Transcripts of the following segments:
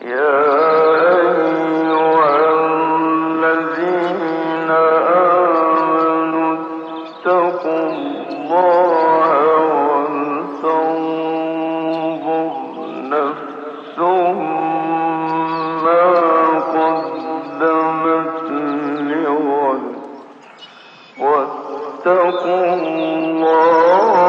يا أيها الذين آمنوا اتقوا الله ولتنظر نفس ما قدمت لغد واتقوا الله.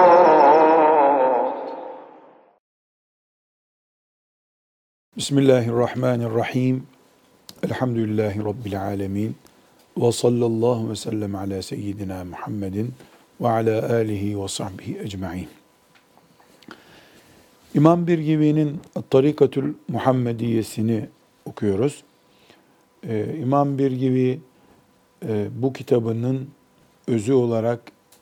Bismillahirrahmanirrahim. Elhamdülillahi Rabbil alemin. Ve sallallahu ve sellem ala seyyidina Muhammedin ve ala alihi ve sahbihi ecma'in. İmam Birgivi'nin Tarikatül Muhammediyesini okuyoruz. İmam Birgivi bu kitabının özü olarak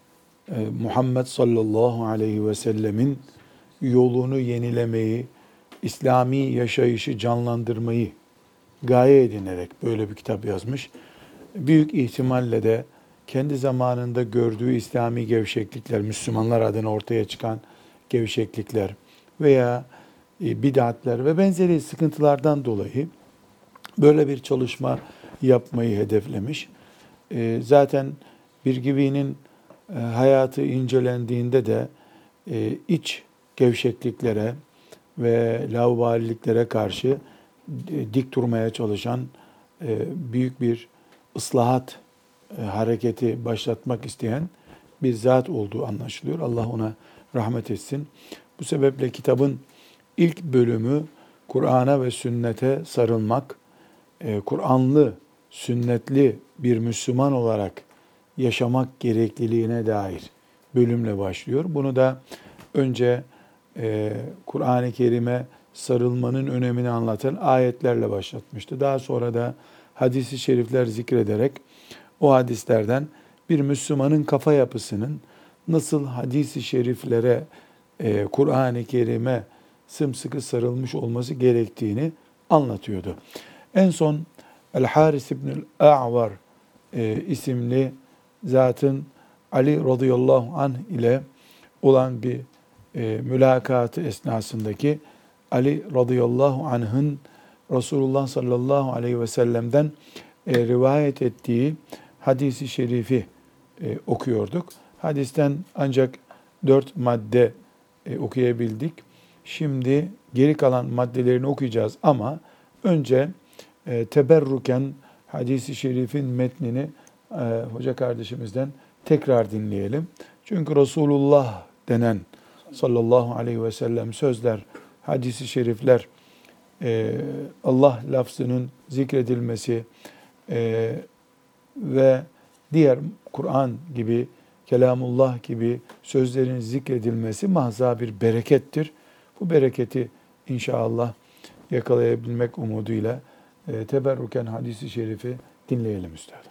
Muhammed sallallahu aleyhi ve sellemin yolunu yenilemeyi, İslami yaşayışı canlandırmayı gaye edinerek böyle bir kitap yazmış. Büyük ihtimalle de kendi zamanında gördüğü İslami gevşeklikler, Müslümanlar adına ortaya çıkan gevşeklikler veya bid'atler ve benzeri sıkıntılardan dolayı böyle bir çalışma yapmayı hedeflemiş. Zaten Birgivi'nin hayatı incelendiğinde de iç gevşekliklere ve laubaliliklere karşı dik durmaya çalışan büyük bir ıslahat hareketi başlatmak isteyen bir zat olduğu anlaşılıyor. Allah ona rahmet etsin. Bu sebeple kitabın ilk bölümü Kur'an'a ve sünnete sarılmak, Kur'anlı, sünnetli bir Müslüman olarak yaşamak gerekliliğine dair bölümle başlıyor. Bunu da önce Kur'an-ı Kerim'e sarılmanın önemini anlatan ayetlerle başlatmıştı. Daha sonra da hadis-i şerifler zikrederek o hadislerden bir Müslümanın kafa yapısının nasıl hadis-i şeriflere, Kur'an-ı Kerim'e sımsıkı sarılmış olması gerektiğini anlatıyordu. En son El-Haris İbnül A'var isimli zatın Ali radıyallahu anh ile olan bir mülakatı esnasındaki Ali radıyallahu anh'ın Resulullah sallallahu aleyhi ve sellem'den rivayet ettiği hadisi şerifi okuyorduk. Hadisten ancak 4 madde okuyabildik. Şimdi geri kalan maddelerini okuyacağız ama önce teberruken hadisi şerifin metnini hoca kardeşimizden tekrar dinleyelim. Çünkü Resulullah denen sallallahu aleyhi ve sellem sözler, hadis-i şerifler, Allah lafzının zikredilmesi ve diğer Kur'an gibi, kelamullah gibi sözlerin zikredilmesi mahza bir berekettir. Bu bereketi inşallah yakalayabilmek umuduyla teberruken hadis-i şerifi dinleyelim üstadım.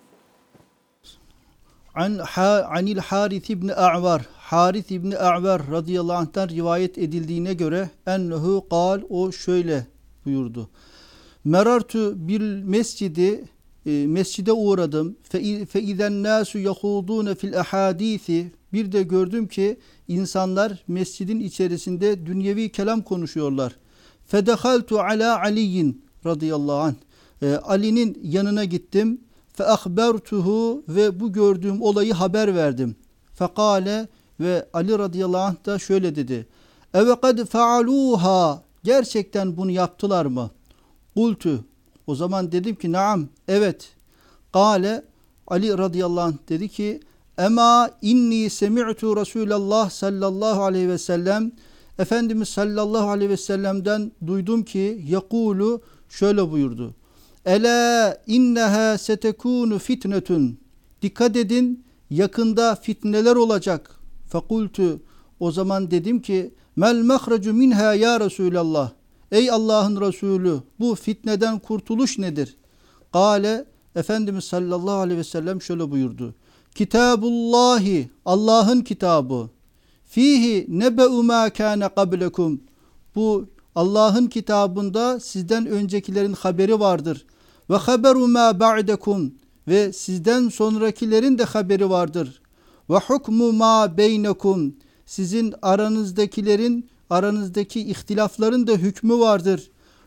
Anil Haris ibn A'var, Haris ibn A'var radıyallahu anh'tan rivayet edildiğine göre ennehu kal, o şöyle buyurdu. Merartu bil mescide uğradım. Fe izen nasu yahudun fil ahadisi, bir de gördüm ki insanlar mescidin içerisinde dünyevi kelam konuşuyorlar. Fedehaltu ala Aliyin radıyallahu anh, Ali'nin yanına gittim. فَاَخْبَرْتُهُ, ve bu gördüğüm olayı haber verdim. Fekale, ve Ali radıyallahu anh da şöyle dedi. اَوَقَدْ فَعَلُوهَا, gerçekten bunu yaptılar mı? Kultu, o zaman dedim ki naam, evet. Kale, Ali radıyallahu anh dedi ki Ema inni semi'tu Resulallah sallallahu aleyhi ve sellem, Efendimiz sallallahu aleyhi ve sellem'den duydum ki yakulu, şöyle buyurdu. Ela inneha setekunu fitnetun, dikkat edin yakında fitneler olacak. Fekultu, o zaman dedim ki mel mehrecu minha ya Resulallah, ey Allah'ın Resulü, bu fitneden kurtuluş nedir? Kale, Efendimiz sallallahu aleyhi ve sellem şöyle buyurdu. Kitabullahi, Allah'ın kitabı. Fihi nebe'u ma kana qablekum, bu Allah'ın kitabında sizden öncekilerin haberi vardır. Ve haberu ma ba'dekum, ve sizden sonrakilerin de haberi vardır. Ve hukmu ma beynekum, sizin aranızdaki ihtilafların da hükmü vardır.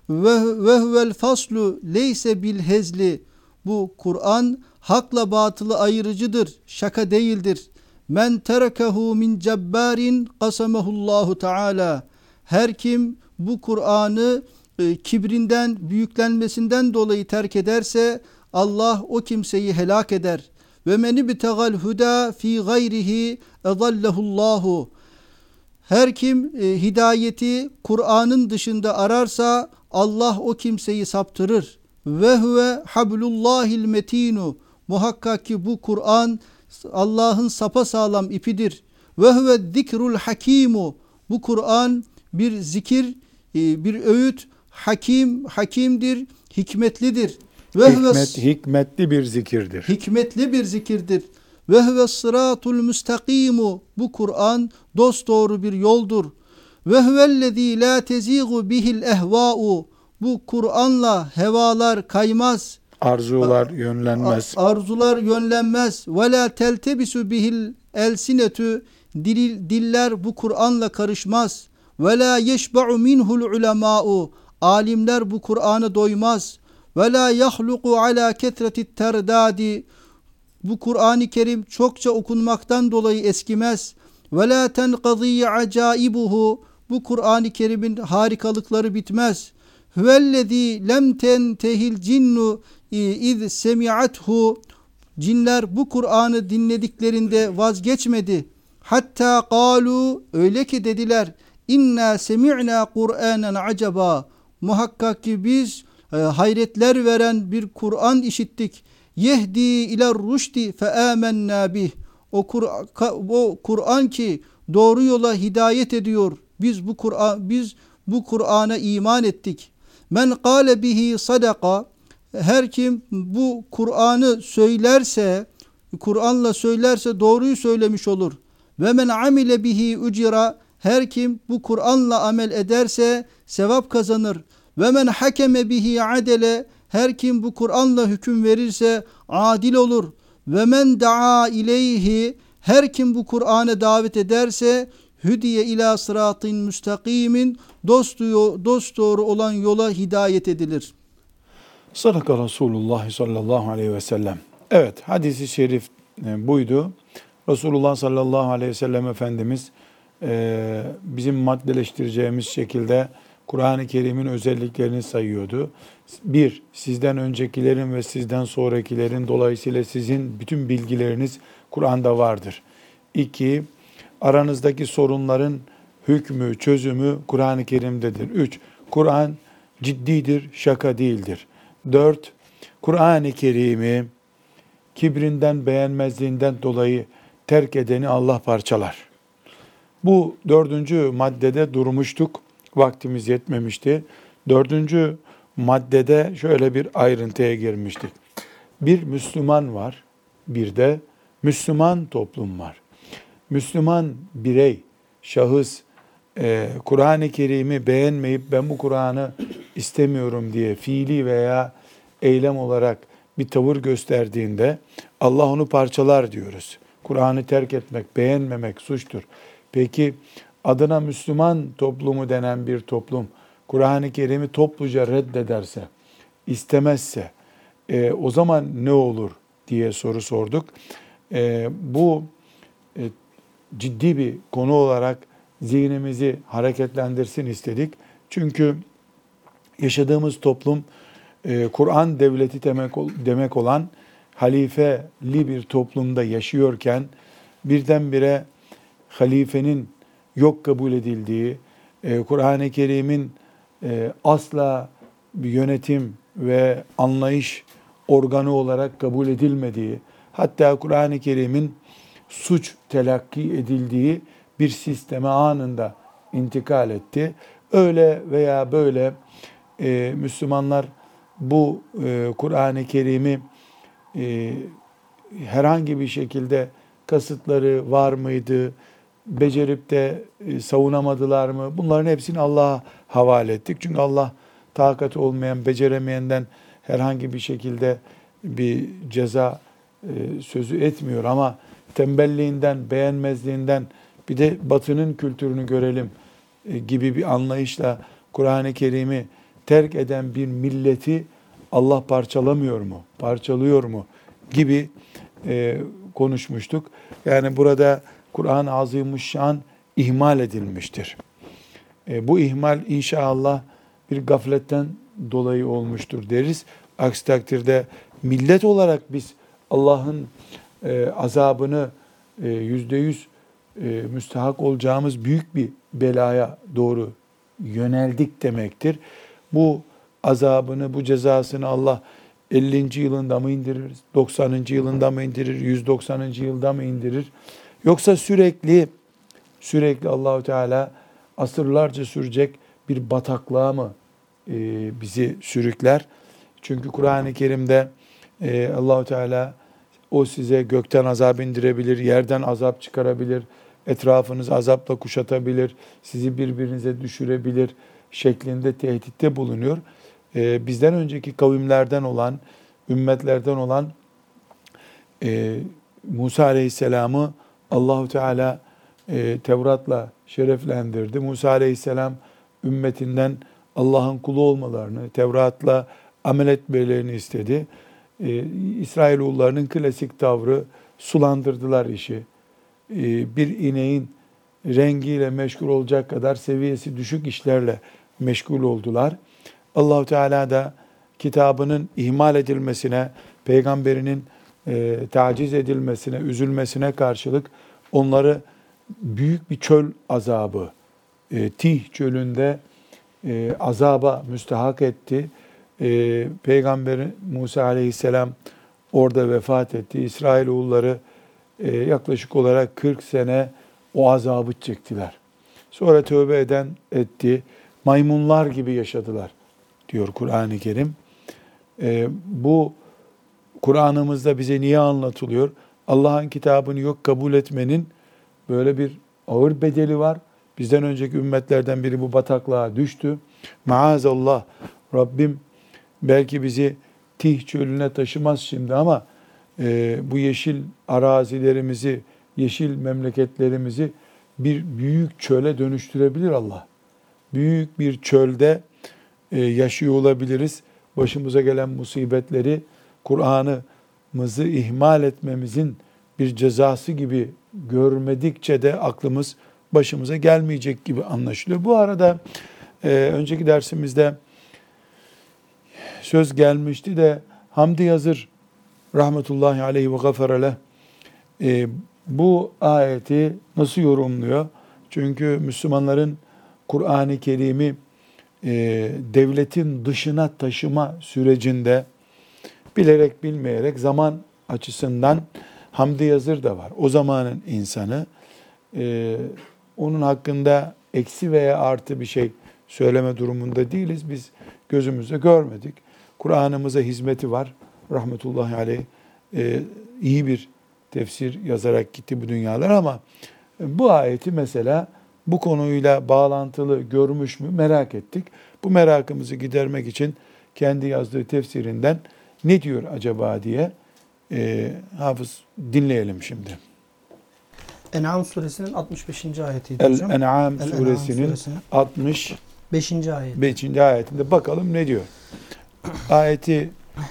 ve huvel faslu leyse bil hezli. Bu Kur'an hakla batılı ayırıcıdır, şaka değildir. Men terekehu min cebbarin kasamehullahu teala. Her kim bu Kur'an'ı kibrinden, büyüklenmesinden dolayı terk ederse Allah o kimseyi helak eder. Ve men ibtegal huda fi gayrihi edallehullahu. Her kim hidayeti Kur'an'ın dışında ararsa Allah o kimseyi saptırır. Ve huve hablullahil metinu. Muhakkak ki bu Kur'an Allah'ın sapasağlam ipidir. Ve huve zikrul hakimu. Bu Kur'an bir zikir, bir öğüt, hakimdir, hikmetlidir. Ve Hikmetli bir zikirdir. Hikmetli bir zikirdir. Ve huve sıratul müstakimu. Bu Kur'an dosdoğru bir yoldur. Ve huvellezî la tezigu bihil ehvâ'u. Bu Kur'anla hevalar kaymaz. Arzular yönlenmez. Arzular yönlenmez. Ve la teltebisu bihil elsinetü. Diller bu Kur'anla karışmaz. Ve la yeşba'u minhul ulemâ'u. Alimler bu Kur'an'a doymaz. Ve la yahluku ala ketretit terdadi. Bu Kur'an-ı Kerim çokça okunmaktan dolayı eskimez. Ve la tenqadî acaibuhu. Bu Kur'an-ı Kerim'in harikalıkları bitmez. Huvellezî lem tentehil cinnu iz semi'athu. Cinler bu Kur'an'ı dinlediklerinde vazgeçmedi. Hatta kalu, öyle ki dediler, inna semi'na Kur'anen acaba. Muhakkak ki biz hayretler veren bir Kur'an işittik. Yehdi ila rüşdi fe amennâ bih. O Kur'an ki doğru yola hidayet ediyor. Biz bu Kur'an'a iman ettik. Men kâle bihi sadaka. Her kim bu Kur'an'ı söylerse, Kur'an'la söylerse doğruyu söylemiş olur. Ve men amile bihi ucira. Her kim bu Kur'an'la amel ederse sevap kazanır. Ve men hakeme bihi adele. Her kim bu Kur'an'la hüküm verirse adil olur. Ve men daa ileyhi. Her kim bu Kur'an'a davet ederse hüdiye ila sıratın müstakimin, dosdoğru olan yola hidayet edilir. Sadaka Resulullah sallallahu aleyhi ve sellem. Evet, hadisi şerif buydu. Resulullah sallallahu aleyhi ve sellem Efendimiz bizim maddeleştireceğimiz şekilde Kur'an-ı Kerim'in özelliklerini sayıyordu. Bir, sizden öncekilerin ve sizden sonrakilerin, dolayısıyla sizin bütün bilgileriniz Kur'an'da vardır. İki, aranızdaki sorunların hükmü, çözümü Kur'an-ı Kerim'dedir. Üç, Kur'an ciddidir, şaka değildir. Dört, Kur'an-ı Kerim'i kibrinden, beğenmezliğinden dolayı terk edeni Allah parçalar. Bu dördüncü maddede durmuştuk. Vaktimiz yetmemişti. Dördüncü maddede şöyle bir ayrıntıya girmiştik. Bir Müslüman var, bir de Müslüman toplum var. Müslüman birey, şahıs, Kur'an-ı Kerim'i beğenmeyip ben bu Kur'an'ı istemiyorum diye fiili veya eylem olarak bir tavır gösterdiğinde Allah onu parçalar diyoruz. Kur'an'ı terk etmek, beğenmemek suçtur. Peki adına Müslüman toplumu denen bir toplum Kur'an-ı Kerim'i topluca reddederse, istemezse o zaman ne olur diye soru sorduk. Bu ciddi bir konu olarak zihnimizi hareketlendirsin istedik. Çünkü yaşadığımız toplum Kur'an devleti demek olan halifeli bir toplumda yaşıyorken birdenbire halifenin yok kabul edildiği, Kur'an-ı Kerim'in asla bir yönetim ve anlayış organı olarak kabul edilmediği, hatta Kur'an-ı Kerim'in suç telakki edildiği bir sisteme anında intikal etti. Öyle veya böyle Müslümanlar bu Kur'an-ı Kerim'i herhangi bir şekilde kasıtları var mıydı, becerip de savunamadılar mı? Bunların hepsini Allah'a havale ettik. Çünkü Allah takati olmayan, beceremeyenden herhangi bir şekilde bir ceza sözü etmiyor. Ama tembelliğinden, beğenmezliğinden bir de Batı'nın kültürünü görelim gibi bir anlayışla Kur'an-ı Kerim'i terk eden bir milleti Allah parçalamıyor mu, parçalıyor mu gibi konuşmuştuk. Yani burada Kur'an-ı Azimuşşan ihmal edilmiştir. Bu ihmal inşallah bir gafletten dolayı olmuştur deriz. Aksi takdirde millet olarak biz Allah'ın azabını %100 müstahak olacağımız büyük bir belaya doğru yöneldik demektir. Bu azabını, bu cezasını Allah 50. yılında mı indirir, 90. yılında mı indirir, 190. yılda mı indirir? Yoksa sürekli Allahu Teala asırlarca sürecek bir bataklığa mı bizi sürükler? Çünkü Kur'an-ı Kerim'de Allahu Teala o size gökten azap indirebilir, yerden azap çıkarabilir, etrafınız azapla kuşatabilir, sizi birbirinize düşürebilir şeklinde tehditte bulunuyor. Bizden önceki kavimlerden olan, ümmetlerden olan Musa Aleyhisselam'ı Allahu Teala Tevrat'la şereflendirdi. Musa Aleyhisselam ümmetinden Allah'ın kulu olmalarını, Tevrat'la amel etmelerini istedi. İsrailoğullarının klasik tavrı, sulandırdılar işi. Bir ineğin rengiyle meşgul olacak kadar seviyesi düşük işlerle meşgul oldular. Allah-u Teala da kitabının ihmal edilmesine, peygamberinin taciz edilmesine, üzülmesine karşılık onları büyük bir çöl azabı, Tih çölünde azaba müstahak etti. Peygamber Musa aleyhisselam orada vefat etti. İsrailoğulları yaklaşık olarak 40 sene o azabı çektiler. Sonra tövbe eden etti. Maymunlar gibi yaşadılar diyor Kur'an-ı Kerim. Bu Kur'an'ımızda bize niye anlatılıyor? Allah'ın kitabını yok kabul etmenin böyle bir ağır bedeli var. Bizden önceki ümmetlerden biri bu bataklığa düştü. Maazallah, Rabbim belki bizi Tih çölüne taşımaz şimdi ama bu yeşil arazilerimizi, yeşil memleketlerimizi bir büyük çöle dönüştürebilir Allah. Büyük bir çölde yaşıyor olabiliriz. Başımıza gelen musibetleri Kur'an'ımızı ihmal etmemizin bir cezası gibi görmedikçe de aklımız başımıza gelmeyecek gibi anlaşılıyor. Bu arada önceki dersimizde söz gelmişti de Hamdi Yazır rahmetullahi aleyhi ve gafere leh bu ayeti nasıl yorumluyor? Çünkü Müslümanların Kur'an-ı Kerim'i devletin dışına taşıma sürecinde bilerek bilmeyerek zaman açısından Hamdi Yazır da var. O zamanın insanı. Onun hakkında eksi veya artı bir şey söyleme durumunda değiliz. Biz gözümüzle görmedik. Kur'an'ımıza hizmeti var. Rahmetullahi aleyh iyi bir tefsir yazarak gitti bu dünyalar ama bu ayeti mesela bu konuyla bağlantılı görmüş mü merak ettik. Bu merakımızı gidermek için kendi yazdığı tefsirinden ne diyor acaba diye Hafız dinleyelim şimdi. En'am suresinin 65. ayetiydi hocam. El-En'am suresinin 65. ayeti. 5. ayetinde bakalım ne diyor. Ayeti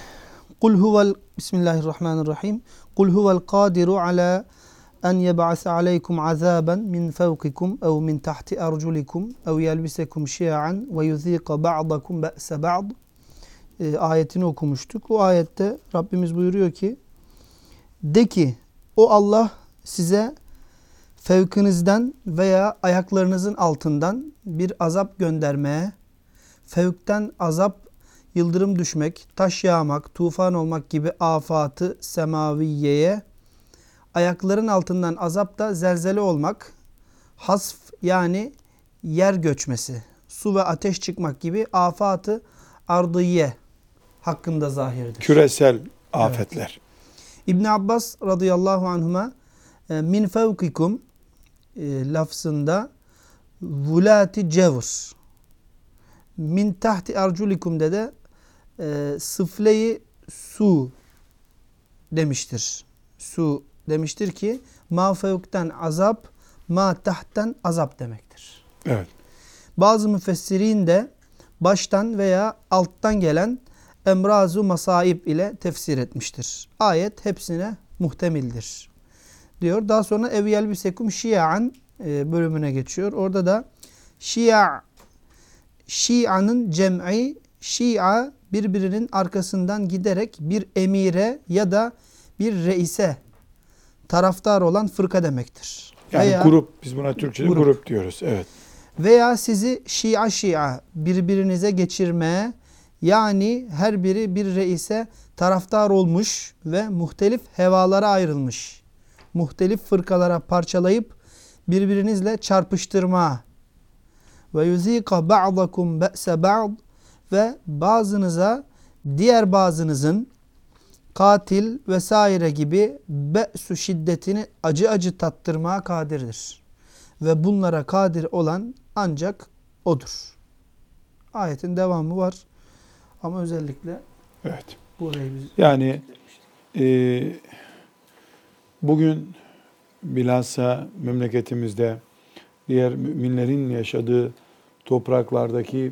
Bismillahirrahmanirrahim. Kul huvel kadiru ala en yeb'ase aleykum azaben min fevkikum ev min tahti arculikum ev yelbisekum şia'an ve yuzîqa ba'dakum be'se ba'd ayetini okumuştuk. O ayette Rabbimiz buyuruyor ki de ki o Allah size fevkinizden veya ayaklarınızın altından bir azap göndermeye, fevkten azap, yıldırım düşmek, taş yağmak, tufan olmak gibi afatı semaviyeye, ayakların altından azap da zelzele olmak, hasf yani yer göçmesi, su ve ateş çıkmak gibi afatı ardiye hakkında zahirdir. Küresel afetler. Evet. İbn Abbas radıyallahu anhuma min fevkikum lafzında vulati cevus, min tahti arculikum de sıfleyi su demiştir. Su demiştir ki ma fevkten azap, ma tahten azap demektir. Evet. Bazı müfessirin de baştan veya alttan gelen emrazu masaib ile tefsir etmiştir. Ayet hepsine muhtemildir diyor. Daha sonra ev yelbisekum şia'an bölümüne geçiyor. Orada da Şia'nın cem'i, Şia birbirinin arkasından giderek bir emire ya da bir reise taraftar olan fırka demektir. Yani Veya grup, biz buna Türkçe'de grup diyoruz. Evet. veya sizi Şia birbirinize geçirmeye, yani her biri bir reise taraftar olmuş ve muhtelif hevalara ayrılmış, muhtelif fırkalara parçalayıp birbirinizle çarpıştırma ve yuzika ba'dakum ba'se ba'd, ve bazınıza diğer bazınızın katil vesaire gibi be'su şiddetini acı acı tattırmaya kadirdir. Ve bunlara kadir olan ancak O'dur. Ayetin devamı var. Ama özellikle Evet. burayı biz... Yani bugün bilhassa memleketimizde diğer müminlerin yaşadığı topraklardaki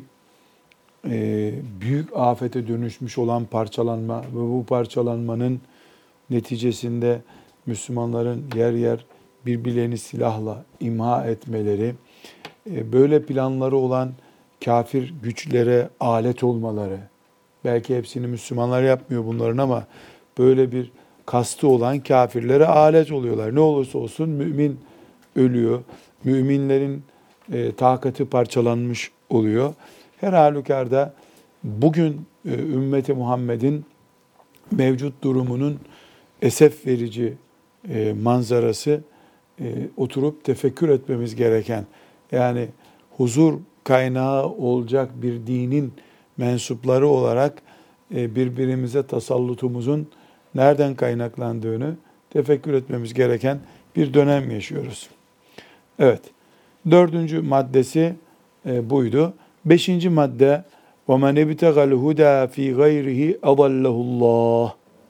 büyük afete dönüşmüş olan parçalanma ve bu parçalanmanın neticesinde Müslümanların yer yer birbirlerini silahla imha etmeleri, böyle planları olan kafir güçlere alet olmaları, belki hepsini Müslümanlar yapmıyor bunların ama böyle bir kastı olan kafirlere alet oluyorlar. Ne olursa olsun mümin ölüyor. Müminlerin takati parçalanmış oluyor. Her halükarda bugün ümmeti Muhammed'in mevcut durumunun esef verici manzarası, oturup tefekkür etmemiz gereken, yani huzur kaynağı olacak bir dinin mensupları olarak birbirimize tasallutumuzun nereden kaynaklandığını tefekkür etmemiz gereken bir dönem yaşıyoruz. Evet, 4. maddesi buydu. 5. madde وَمَنْ اِبْتَغَ الْهُدَى ف۪ي غَيْرِهِ اَضَلَّهُ اللّٰهِ.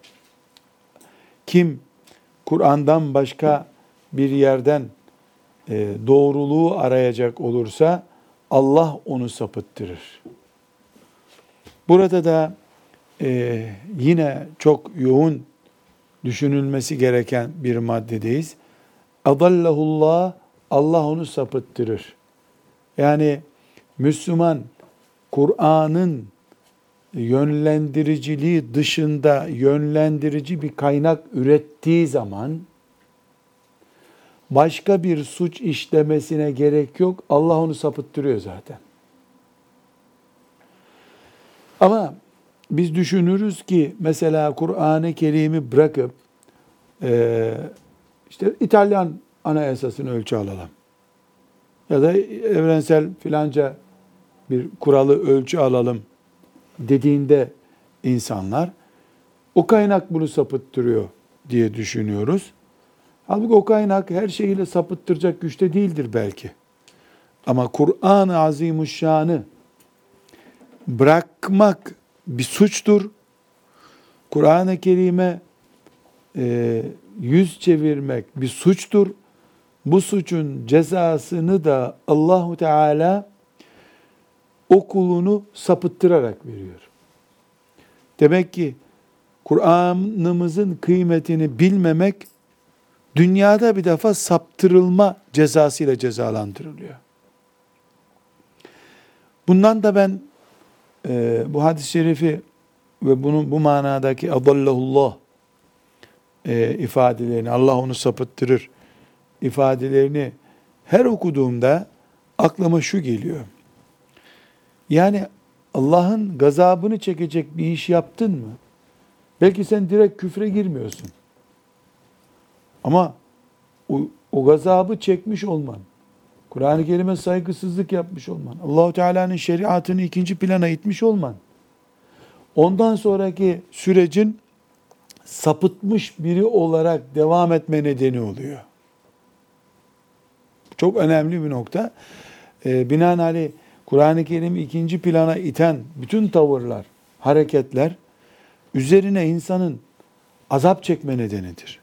Kim Kur'an'dan başka bir yerden doğruluğu arayacak olursa Allah onu sapıttırır. Burada da yine çok yoğun düşünülmesi gereken bir maddedeyiz. Adallahullah, Allah onu sapıttırır. Yani Müslüman Kur'an'ın yönlendiriciliği dışında yönlendirici bir kaynak ürettiği zaman başka bir suç işlemesine gerek yok. Allah onu sapıttırıyor zaten. Ama biz düşünürüz ki mesela Kur'an-ı Kerim'i bırakıp işte İtalyan anayasasını ölçü alalım. Ya da evrensel filanca bir kuralı ölçü alalım dediğinde insanlar o kaynak bunu sapıttırıyor diye düşünüyoruz. Halbuki o kaynak her şeyiyle sapıttıracak güçte değildir belki. Ama Kur'an-ı Azimuşşan'ı bırakmak bir suçtur. Kur'an-ı Kerim'e yüz çevirmek bir suçtur. Bu suçun cezasını da Allahu Teala o kulunu sapıttırarak veriyor. Demek ki Kur'an'ımızın kıymetini bilmemek dünyada bir defa saptırılma cezasıyla cezalandırılıyor. Bundan da ben bu hadis-i şerifi ve bunun bu manadaki adallahullah ifadelerini, Allah onu sapıttırır ifadelerini her okuduğumda aklıma şu geliyor. Yani Allah'ın gazabını çekecek bir iş yaptın mı? Belki sen direkt küfre girmiyorsun. Ama o gazabı çekmiş olman, Kur'an-ı Kerim'e saygısızlık yapmış olman, Allah-u Teala'nın şeriatını ikinci plana itmiş olman, ondan sonraki sürecin sapıtmış biri olarak devam etme nedeni oluyor. Çok önemli bir nokta. Binaenaleyh Kur'an-ı Kerim'i ikinci plana iten bütün tavırlar, hareketler üzerine insanın azap çekme nedenidir.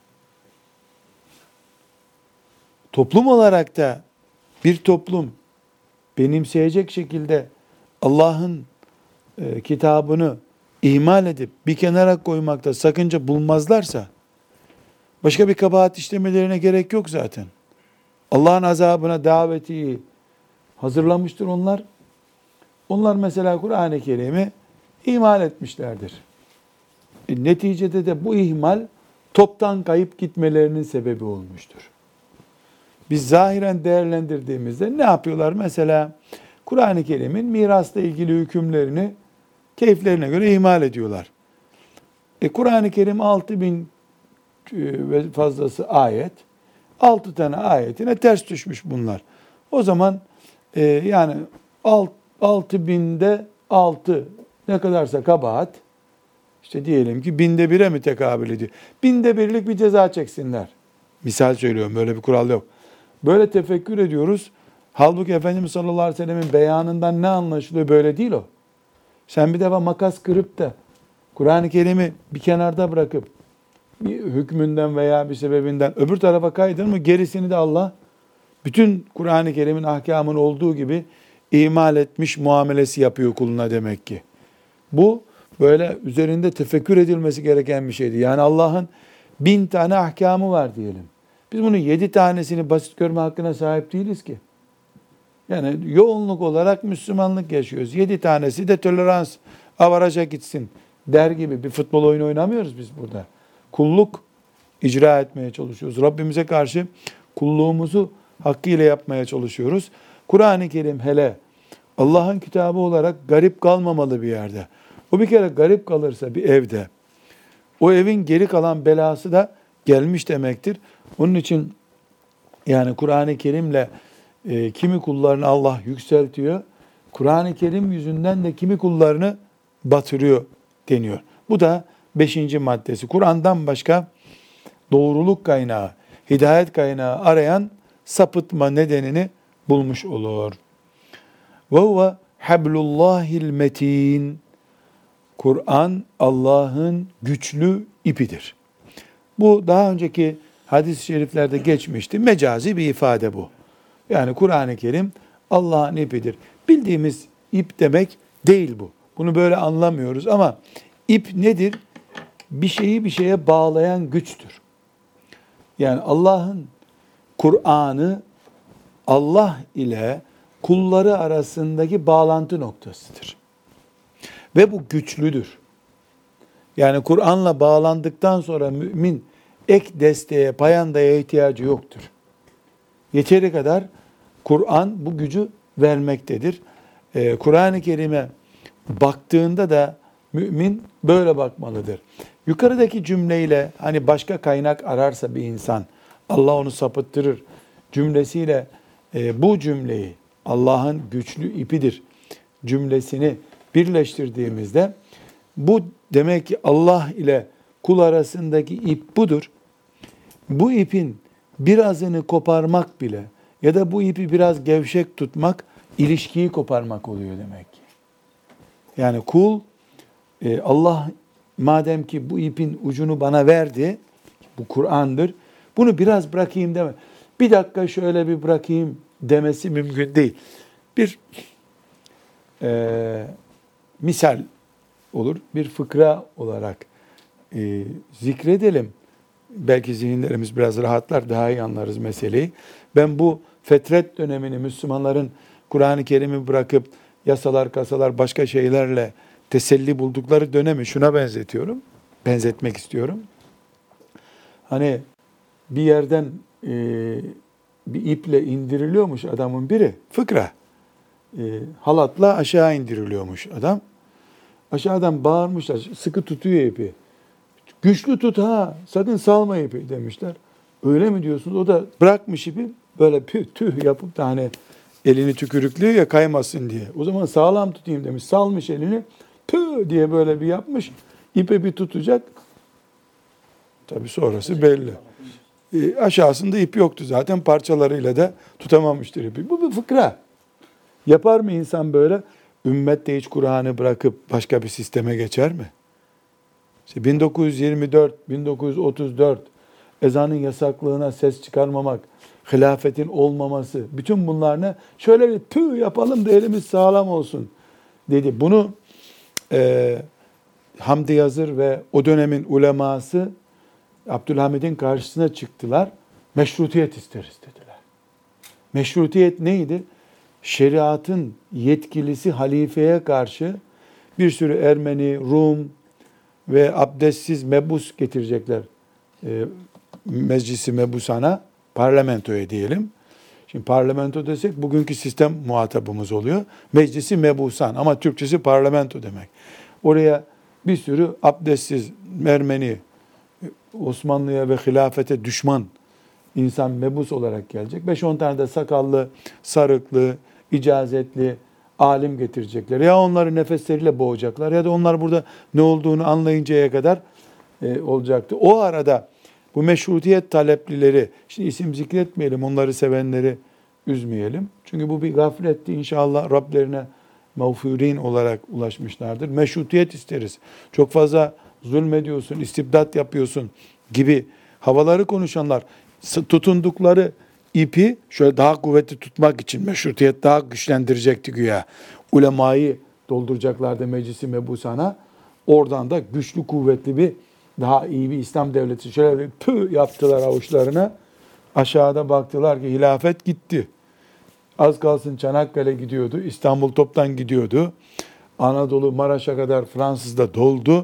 Toplum olarak da bir toplum benimseyecek şekilde Allah'ın kitabını ihmal edip bir kenara koymakta sakınca bulmazlarsa başka bir kabahat işlemelerine gerek yok zaten. Allah'ın azabına daveti hazırlamıştır onlar. Onlar mesela Kur'an-ı Kerim'i ihmal etmişlerdir. Neticede de bu ihmal toptan kayıp gitmelerinin sebebi olmuştur. Biz zahiren değerlendirdiğimizde ne yapıyorlar? Mesela Kur'an-ı Kerim'in mirasla ilgili hükümlerini keyiflerine göre ihmal ediyorlar. Kur'an-ı Kerim 6000 ve fazlası ayet. 6 tane ayetine ters düşmüş bunlar. O zaman yani 6000'de 6 ne kadarsa kabahat, işte diyelim ki 1/1000'e mi tekabül ediyor? 1/1000'lik bir ceza çeksinler. Misal söylüyorum, böyle bir kural yok. Böyle tefekkür ediyoruz. Halbuki Efendimiz sallallahu aleyhi ve sellemin beyanından ne anlaşılıyor? Böyle değil o. Sen bir defa makas kırıp da Kur'an-ı Kerim'i bir kenarda bırakıp bir hükmünden veya bir sebebinden öbür tarafa kaydın mı, gerisini de Allah bütün Kur'an-ı Kerim'in ahkamının olduğu gibi imal etmiş muamelesi yapıyor kuluna demek ki. Bu böyle üzerinde tefekkür edilmesi gereken bir şeydi. Yani Allah'ın 1000 tane ahkamı var diyelim. Biz bunun 7 tanesini basit görme hakkına sahip değiliz ki. Yani yoğunluk olarak Müslümanlık yaşıyoruz. 7 tanesi de tolerans, avaraja gitsin der gibi bir futbol oyunu oynamıyoruz biz burada. Kulluk icra etmeye çalışıyoruz. Rabbimize karşı kulluğumuzu hakkıyla yapmaya çalışıyoruz. Kur'an-ı Kerim hele Allah'ın kitabı olarak garip kalmamalı bir yerde. O bir kere garip kalırsa bir evde, o evin geri kalan belası da gelmiş demektir. Onun için yani Kur'an-ı Kerim'le kimi kullarını Allah yükseltiyor, Kur'an-ı Kerim yüzünden de kimi kullarını batırıyor deniyor. Bu da 5. maddesi. Kur'an'dan başka doğruluk kaynağı, hidayet kaynağı arayan sapıtma nedenini bulmuş olur. Ve huve hablullahil metin. Kur'an Allah'ın güçlü ipidir. Bu daha önceki hadis-i şeriflerde geçmişti. Mecazi bir ifade bu. Yani Kur'an-ı Kerim Allah'ın ipidir. Bildiğimiz ip demek değil bu. Bunu böyle anlamıyoruz ama ip nedir? Bir şeyi bir şeye bağlayan güçtür. Yani Allah'ın Kur'an'ı Allah ile kulları arasındaki bağlantı noktasıdır. Ve bu güçlüdür. Yani Kur'an'la bağlandıktan sonra mümin ek desteğe, payandaya ihtiyacı yoktur. Yeteri kadar Kur'an bu gücü vermektedir. Kur'an-ı Kerim'e baktığında da mümin böyle bakmalıdır. Yukarıdaki cümleyle hani başka kaynak ararsa bir insan Allah onu sapıttırır cümlesiyle bu cümleyi Allah'ın güçlü ipidir cümlesini birleştirdiğimizde bu demek ki Allah ile kul arasındaki ip budur. Bu ipin birazını koparmak bile ya da bu ipi biraz gevşek tutmak ilişkiyi koparmak oluyor demek ki. Yani kul Allah madem ki bu ipin ucunu bana verdi, bu Kur'an'dır, bunu biraz bırakayım deme. Bir dakika şöyle bir bırakayım demesi mümkün değil. Bir misal olur, bir fıkra olarak zikredelim. Belki zihinlerimiz biraz rahatlar, daha iyi anlarız meseleyi. Ben bu fetret dönemini Müslümanların Kur'an-ı Kerim'i bırakıp yasalar, kasalar, başka şeylerle teselli buldukları dönemi şuna benzetiyorum. Benzetmek istiyorum. Hani bir yerden bir iple indiriliyormuş adamın biri. Fıkra. Halatla aşağı indiriliyormuş adam. Aşağıdan bağırmışlar. Sıkı tutuyor ipi. Güçlü tut ha. Sakın salma ipi demişler. Öyle mi diyorsunuz? O da bırakmış ipi. Böyle tüh yapıp da hani elini tükürüklüyor ya kaymasın diye. O zaman sağlam tutayım demiş. Salmış elini. Tüh diye böyle bir yapmış. İpe bir tutacak. Tabii sonrası belli. Aşağısında ip yoktu zaten. Parçalarıyla da tutamamıştır ipi. Bu bir fıkra. Yapar mı insan böyle? Ümmet de hiç Kur'an'ı bırakıp başka bir sisteme geçer mi? İşte 1924, 1934 ezanın yasaklığına ses çıkarmamak, hilafetin olmaması, bütün bunlar ne? Şöyle bir tüh yapalım da elimiz sağlam olsun dedi. Bunu Hamdi Yazır ve o dönemin uleması Abdülhamid'in karşısına çıktılar. Meşrutiyet isteriz dediler. Meşrutiyet neydi? Şeriatın yetkilisi halifeye karşı bir sürü Ermeni, Rum ve abdestsiz mebus getirecekler meclisi mebusana, parlamentoya diyelim. Şimdi parlamento desek bugünkü sistem muhatabımız oluyor. Meclisi mebusan ama Türkçesi parlamento demek. Oraya bir sürü abdestsiz Ermeni, Osmanlı'ya ve hilafete düşman insan mebus olarak gelecek. 5-10 tane de sakallı, sarıklı, icazetli alim getirecekler. Ya onları nefesleriyle boğacaklar ya da onlar burada ne olduğunu anlayıncaya kadar olacaktı. O arada bu meşrutiyet taleplileri, şimdi isim zikretmeyelim, onları sevenleri üzmeyelim. Çünkü bu bir gafletti. İnşallah Rablerine mağfurin olarak ulaşmışlardır. Meşrutiyet isteriz. Çok fazla zulmediyorsun, istibdat yapıyorsun gibi havaları konuşanlar tutundukları ipi şöyle daha kuvvetli tutmak için meşrutiyet daha güçlendirecekti güya. Ulemayı dolduracaklardı meclisi mebusana. Oradan da güçlü kuvvetli bir daha iyi bir İslam devleti şöyle bir pü yaptılar avuçlarına. Aşağıda baktılar ki hilafet gitti. Az kalsın Çanakkale gidiyordu. İstanbul toptan gidiyordu. Anadolu Maraş'a kadar Fransız'da doldu.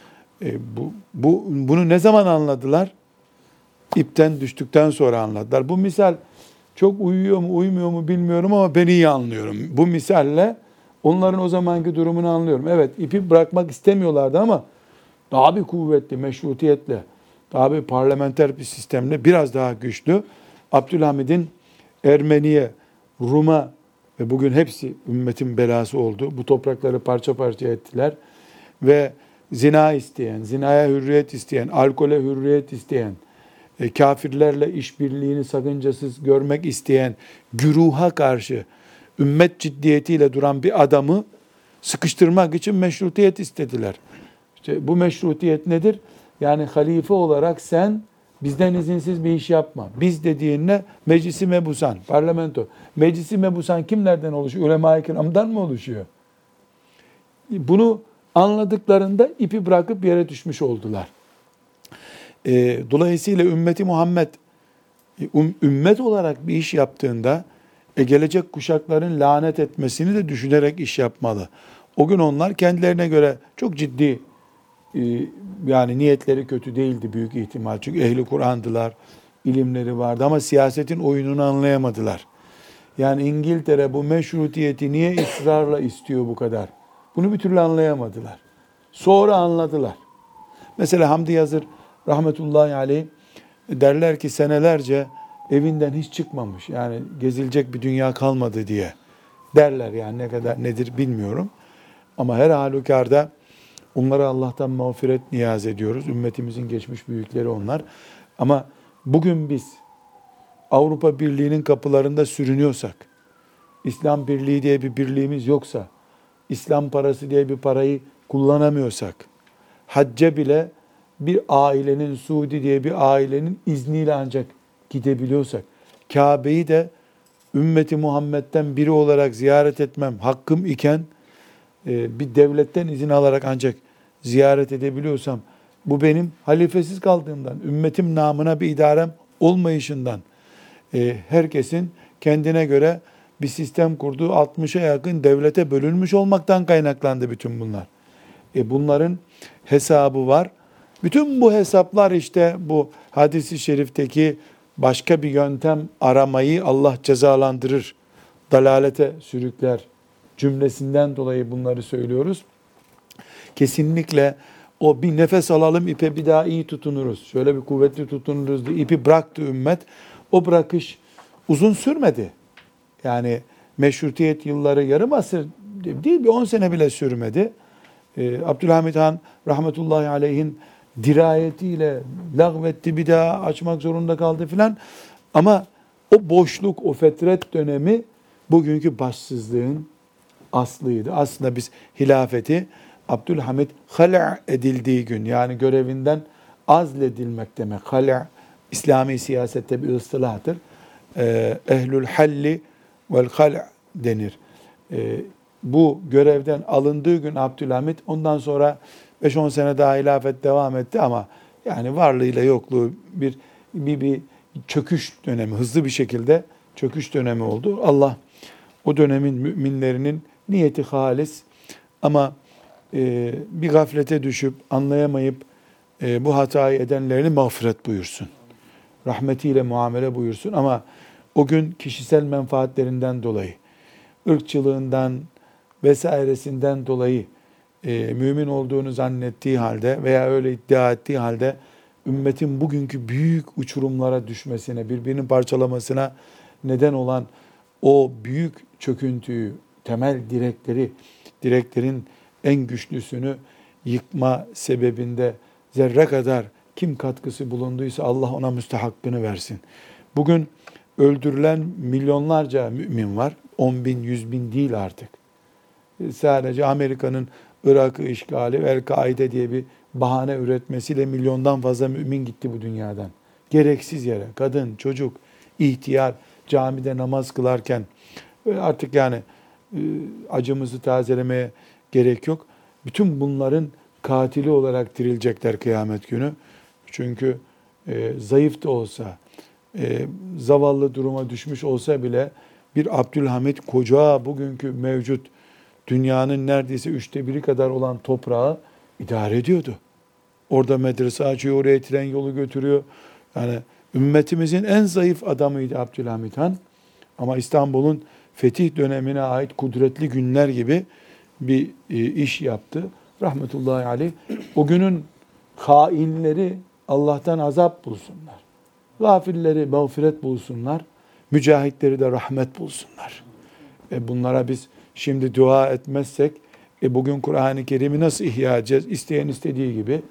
Bunu ne zaman anladılar? İpten düştükten sonra anladılar. Bu misal çok uyuyor mu uymuyor mu bilmiyorum ama ben iyi anlıyorum. Bu misalle onların o zamanki durumunu anlıyorum. Evet, ipi bırakmak istemiyorlardı ama daha bir kuvvetli meşrutiyetle, daha bir parlamenter bir sistemle biraz daha güçlü Abdülhamid'in Ermeniye, Rum'a ve bugün hepsi ümmetin belası oldu. Bu toprakları parça parça ettiler ve zina isteyen, zinaya hürriyet isteyen, alkole hürriyet isteyen, kafirlerle işbirliğini sakıncasız görmek isteyen güruha karşı ümmet ciddiyetiyle duran bir adamı sıkıştırmak için meşrutiyet istediler. İşte bu meşrutiyet nedir? Yani halife olarak sen bizden izinsiz bir iş yapma. Biz dediğinle meclisi mebusan, parlamento. Meclisi mebusan kimlerden oluşuyor? Ulema-i kiramdan mı oluşuyor? Bunu anladıklarında ipi bırakıp yere düşmüş oldular. Dolayısıyla ümmeti Muhammed ümmet olarak bir iş yaptığında gelecek kuşakların lanet etmesini de düşünerek iş yapmalı. O gün onlar kendilerine göre çok ciddi, yani niyetleri kötü değildi büyük ihtimal. Çünkü ehli Kur'an'dılar, ilimleri vardı ama siyasetin oyununu anlayamadılar. Yani İngiltere bu meşrutiyeti niye ısrarla istiyor bu kadar? Bunu bir türlü anlayamadılar. Sonra anladılar. Mesela Hamdi Yazır rahmetullahi aleyh derler ki senelerce evinden hiç çıkmamış. Yani gezilecek bir dünya kalmadı diye derler, yani ne kadar nedir bilmiyorum. Ama her halükarda onlara Allah'tan mağfiret niyaz ediyoruz. Ümmetimizin geçmiş büyükleri onlar. Ama bugün biz Avrupa Birliği'nin kapılarında sürünüyorsak, İslam Birliği diye bir birliğimiz yoksa, İslam parası diye bir parayı kullanamıyorsak, hacca bile bir ailenin, Suudi diye bir ailenin izniyle ancak gidebiliyorsak, Kabe'yi de ümmeti Muhammed'den biri olarak ziyaret etmem hakkım iken, bir devletten izin alarak ancak ziyaret edebiliyorsam, bu benim halifesiz kaldığımdan, ümmetim namına bir idarem olmayışından, herkesin kendine göre bir sistem kurduğu 60'a yakın devlete bölünmüş olmaktan kaynaklandı bütün bunlar. Bunların hesabı var. Bütün bu hesaplar işte bu hadis-i şerifteki başka bir yöntem aramayı Allah cezalandırır, dalalete sürükler cümlesinden dolayı bunları söylüyoruz. Kesinlikle o bir nefes alalım, ipe bir daha iyi tutunuruz, şöyle bir kuvvetli tutunuruz diye ipi bıraktı ümmet. O bırakış uzun sürmedi. Yani meşrutiyet yılları yarım asır değil, bir 10 sene bile sürmedi. Abdülhamid Han rahmetullahi aleyhin dirayetiyle lağvetti, bir daha açmak zorunda kaldı filan. Ama o boşluk, o fetret dönemi bugünkü başsızlığın aslıydı. Aslında biz hilafeti Abdülhamid hala edildiği gün, yani görevinden azledilmek demek. Hala İslami siyasette bir ıstilahtır. Ehlül halli vel hala denir. bu görevden alındığı gün Abdülhamit, ondan sonra 5-10 sene daha hilafet devam etti ama yani varlığıyla yokluğu bir çöküş dönemi, hızlı bir şekilde çöküş dönemi oldu. Allah o dönemin müminlerinin niyeti halis ama bir gaflete düşüp anlayamayıp bu hatayı edenlerini mağfiret buyursun. Rahmetiyle muamele buyursun ama o gün kişisel menfaatlerinden dolayı, ırkçılığından vesairesinden dolayı mümin olduğunu zannettiği halde veya öyle iddia ettiği halde ümmetin bugünkü büyük uçurumlara düşmesine, birbirini parçalamasına neden olan o büyük çöküntüyü, temel direklerin en güçlüsünü yıkma sebebinde zerre kadar kim katkısı bulunduysa Allah ona müstehakkını versin. Bugün öldürülen milyonlarca mümin var. 10 bin, 100 bin değil artık. Sadece Amerika'nın Irak'ı işgali ve El-Kaide diye bir bahane üretmesiyle milyondan fazla mümin gitti bu dünyadan. Gereksiz yere kadın, çocuk, ihtiyar camide namaz kılarken artık yani acımızı tazelemeye gerek yok. Bütün bunların katili olarak dirilecekler kıyamet günü. Çünkü zayıf da olsa, zavallı duruma düşmüş olsa bile bir Abdülhamit koca bugünkü mevcut dünyanın neredeyse 1/3 kadar olan toprağı idare ediyordu. Orada medrese açıyor, oraya tren yolu götürüyor. Yani ümmetimizin en zayıf adamıydı Abdülhamit Han. Ama İstanbul'un fetih dönemine ait kudretli günler gibi bir iş yaptı. Rahmetullahi aleyh. O günün hainleri Allah'tan azap bulsunlar. Gafilleri mağfiret bulsunlar. Mücahitleri de rahmet bulsunlar. Bunlara biz şimdi dua etmezsek bugün Kur'an-ı Kerim'i nasıl ihya edeceğiz? İsteyen istediği gibi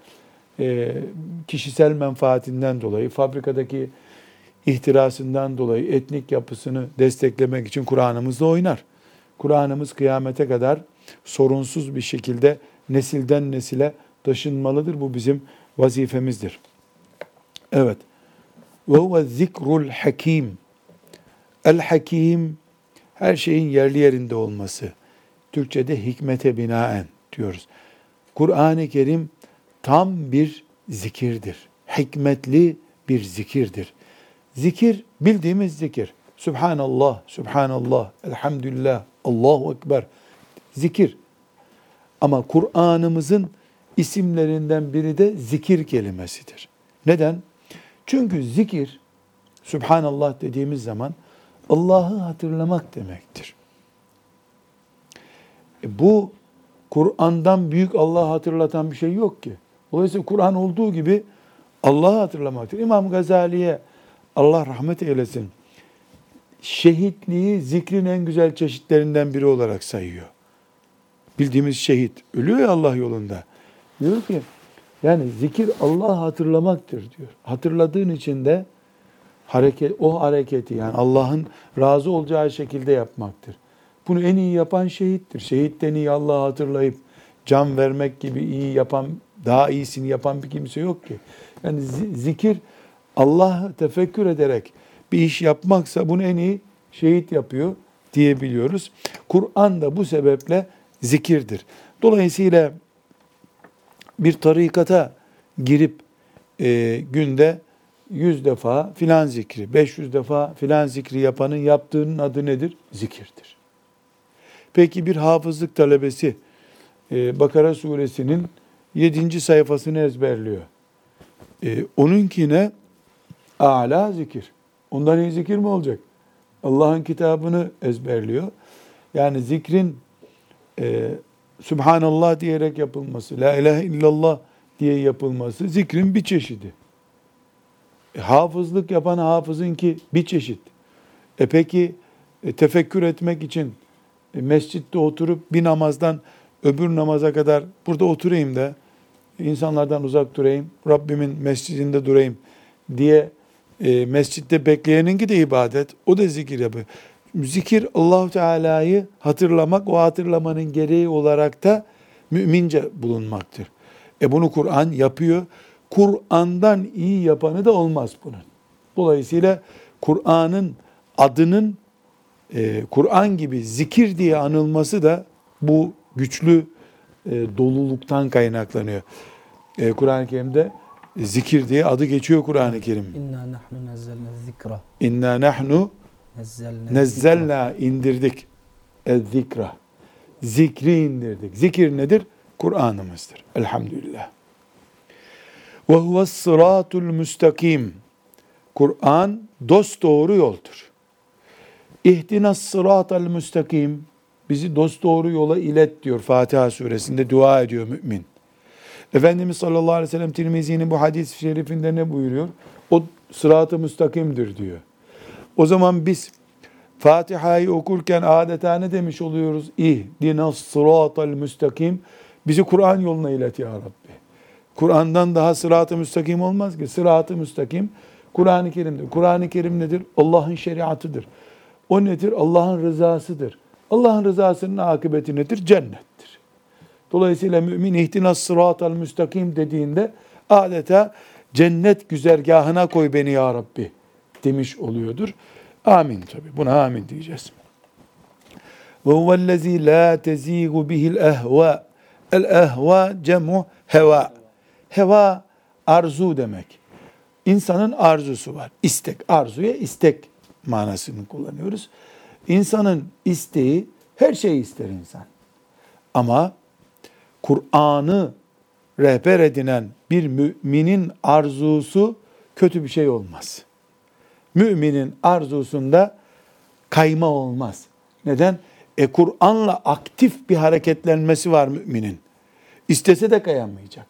kişisel menfaatinden dolayı, fabrikadaki ihtirasından dolayı etnik yapısını desteklemek için Kur'an'ımızla oynar. Kur'an'ımız kıyamete kadar sorunsuz bir şekilde nesilden nesile taşınmalıdır. Bu bizim vazifemizdir. Evet. Ve huve zikrul hakim. El hakim, her şeyin yerli yerinde olması. Türkçe'de hikmete binaen diyoruz. Kur'an-ı Kerim tam bir zikirdir. Hikmetli bir zikirdir. Zikir bildiğimiz zikir. Subhanallah, Subhanallah, Elhamdülillah, Allahu Ekber. Zikir. Ama Kur'an'ımızın isimlerinden biri de zikir kelimesidir. Neden? Çünkü zikir, Subhanallah dediğimiz zaman Allah'ı hatırlamak demektir. Bu Kur'an'dan büyük Allah'ı hatırlatan bir şey yok ki. Dolayısıyla Kur'an olduğu gibi Allah'ı hatırlamaktır. İmam Gazali'ye Allah rahmet eylesin, şehitliği zikrin en güzel çeşitlerinden biri olarak sayıyor. Bildiğimiz şehit ölüyor ya Allah yolunda. Diyor ki yani zikir Allah'ı hatırlamaktır diyor. Hatırladığın için de o hareketi yani Allah'ın razı olacağı şekilde yapmaktır. Bunu en iyi yapan şehittir. Şehitten iyi Allah'ı hatırlayıp can vermek gibi iyi yapan, daha iyisini yapan bir kimse yok ki. Yani zikir Allah'ı tefekkür ederek bir iş yapmaksa bunu en iyi şehit yapıyor diyebiliyoruz. Kur'an da bu sebeple zikirdir. Dolayısıyla bir tarikata girip günde 100 defa filan zikri, 500 defa filan zikri yapanın yaptığının adı nedir? Zikirdir. Peki bir hafızlık talebesi Bakara suresinin 7. sayfasını ezberliyor. Onunkine âlâ zikir. Ondan iyi zikir mi olacak? Allah'ın kitabını ezberliyor. Yani zikrin Subhanallah diyerek yapılması, La ilahe illallah diye yapılması zikrin bir çeşidi. Hafızlık yapan hafızınki bir çeşit. Peki tefekkür etmek için mescitte oturup bir namazdan öbür namaza kadar burada oturayım da insanlardan uzak durayım, Rabbimin mescidinde durayım diye mescitte bekleyeninki de ibadet, o da zikir yapıyor. Zikir Allah-u Teala'yı hatırlamak, o hatırlamanın gereği olarak da mümince bulunmaktır. Bunu Kur'an yapıyor. Kur'an'dan iyi yapanı da olmaz bunun. Dolayısıyla Kur'an'ın adının Kur'an gibi zikir diye anılması da Bu güçlü doluluktan kaynaklanıyor. Kur'an-ı Kerim'de zikir diye adı geçiyor Kur'an-ı Kerim. İnna nahnu nezzelne zikra. İnna nahnu nezzelna indirdik. Ez-zikra. Zikri indirdik. Zikir nedir? Kur'an'ımızdır. Elhamdülillah. Ve huves sıratul müstakim. Kur'an dosdoğru yoldur. İhdinas sıratal müstakim. Bizi dosdoğru yola ilet diyor Fatiha suresinde, dua ediyor mümin. Efendimiz sallallahu aleyhi ve sellem Tirmizi'nin bu hadis-i şerifinde ne buyuruyor? O sırat-ı müstakimdir diyor. O zaman biz Fatiha'yı okurken adeta ne demiş oluyoruz? İhdinas sıratal müstakim. Bizi Kur'an yoluna ilet ya Rabbi. Kur'an'dan daha sırat-ı müstakim olmaz ki. Sırat-ı müstakim Kur'an-ı Kerim'dir. Kur'an-ı Kerim nedir? Allah'ın şeriatıdır. O nedir? Allah'ın rızasıdır. Allah'ın rızasının akıbeti nedir? Cennettir. Dolayısıyla mümin ihtinas sıratal müstakim dediğinde adeta cennet güzergahına koy beni ya Rabbi demiş oluyordur. Amin tabi. Buna amin diyeceğiz. Ve huvellezî lâ tezîgu bihil ehvâ. El ehvâ cemu heva. Heva arzu demek. İnsanın arzusu var. İstek. Arzuya istek manasını kullanıyoruz. İnsanın isteği, her şeyi ister insan. Ama Kur'an'ı rehber edinen bir müminin arzusu kötü bir şey olmaz. Müminin arzusunda kayma olmaz. Neden? Kur'an'la aktif bir hareketlenmesi var müminin. İstese de kayamayacak.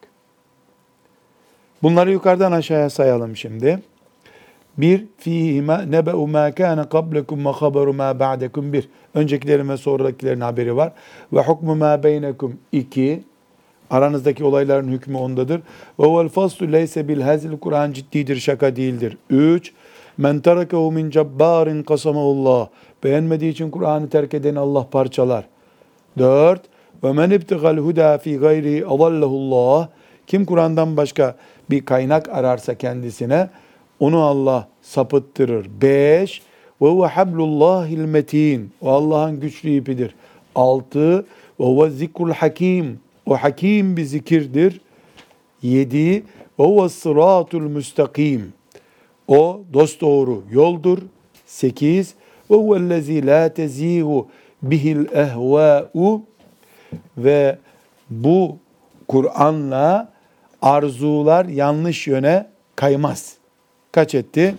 Bunları yukarıdan aşağıya sayalım şimdi. 1. Fîhî nebe'u mâ kâne kablekum ve haberu mâ ba'dekum 1. Öncekilerin ve sonrakilerin haberi var. Ve hukmu mâ beynekum 2. Aranızdaki olayların hükmü ondadır. Ve vel faslu leyse bil hazil. Kur'an ciddidir, şaka değildir. 3. Men terakehu min cebbarin kasamahullah. Beğenmediği için Kur'an'ı terk edeni Allah parçalar. 4. Ve men ibtigal huda fi gayri adallahullah. Kim Kur'an'dan başka bir kaynak ararsa kendisine, onu Allah sapıttırır. 5. Ve huve hablullahil metin. O Allah'ın güçlü ipidir. 6. Ve huve zikrul hakim. O hakim bir zikirdir. 7. Ve huve sıratul müstakim. O dosdoğru yoldur. 8. Ve huvellezî lâ tezîhu bihil ehvâ'u. Ve bu Kur'an'la arzular yanlış yöne kaymaz. Kaç etti?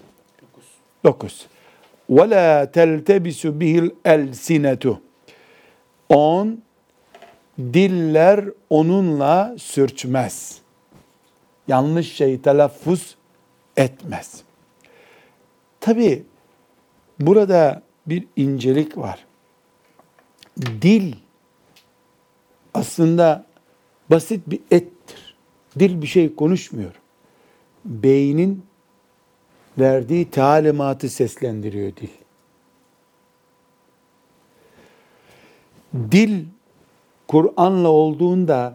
9. وَلَا تَلْتَبِسُ بِهِ الْاَلْسِنَةُ 10. Diller onunla sürçmez. Yanlış şey telaffuz etmez. Tabi burada bir incelik var. Dil aslında basit bir ettir. Dil bir şey konuşmuyor. Beynin verdiği talimatı seslendiriyor dil. Dil Kur'an'la olduğunda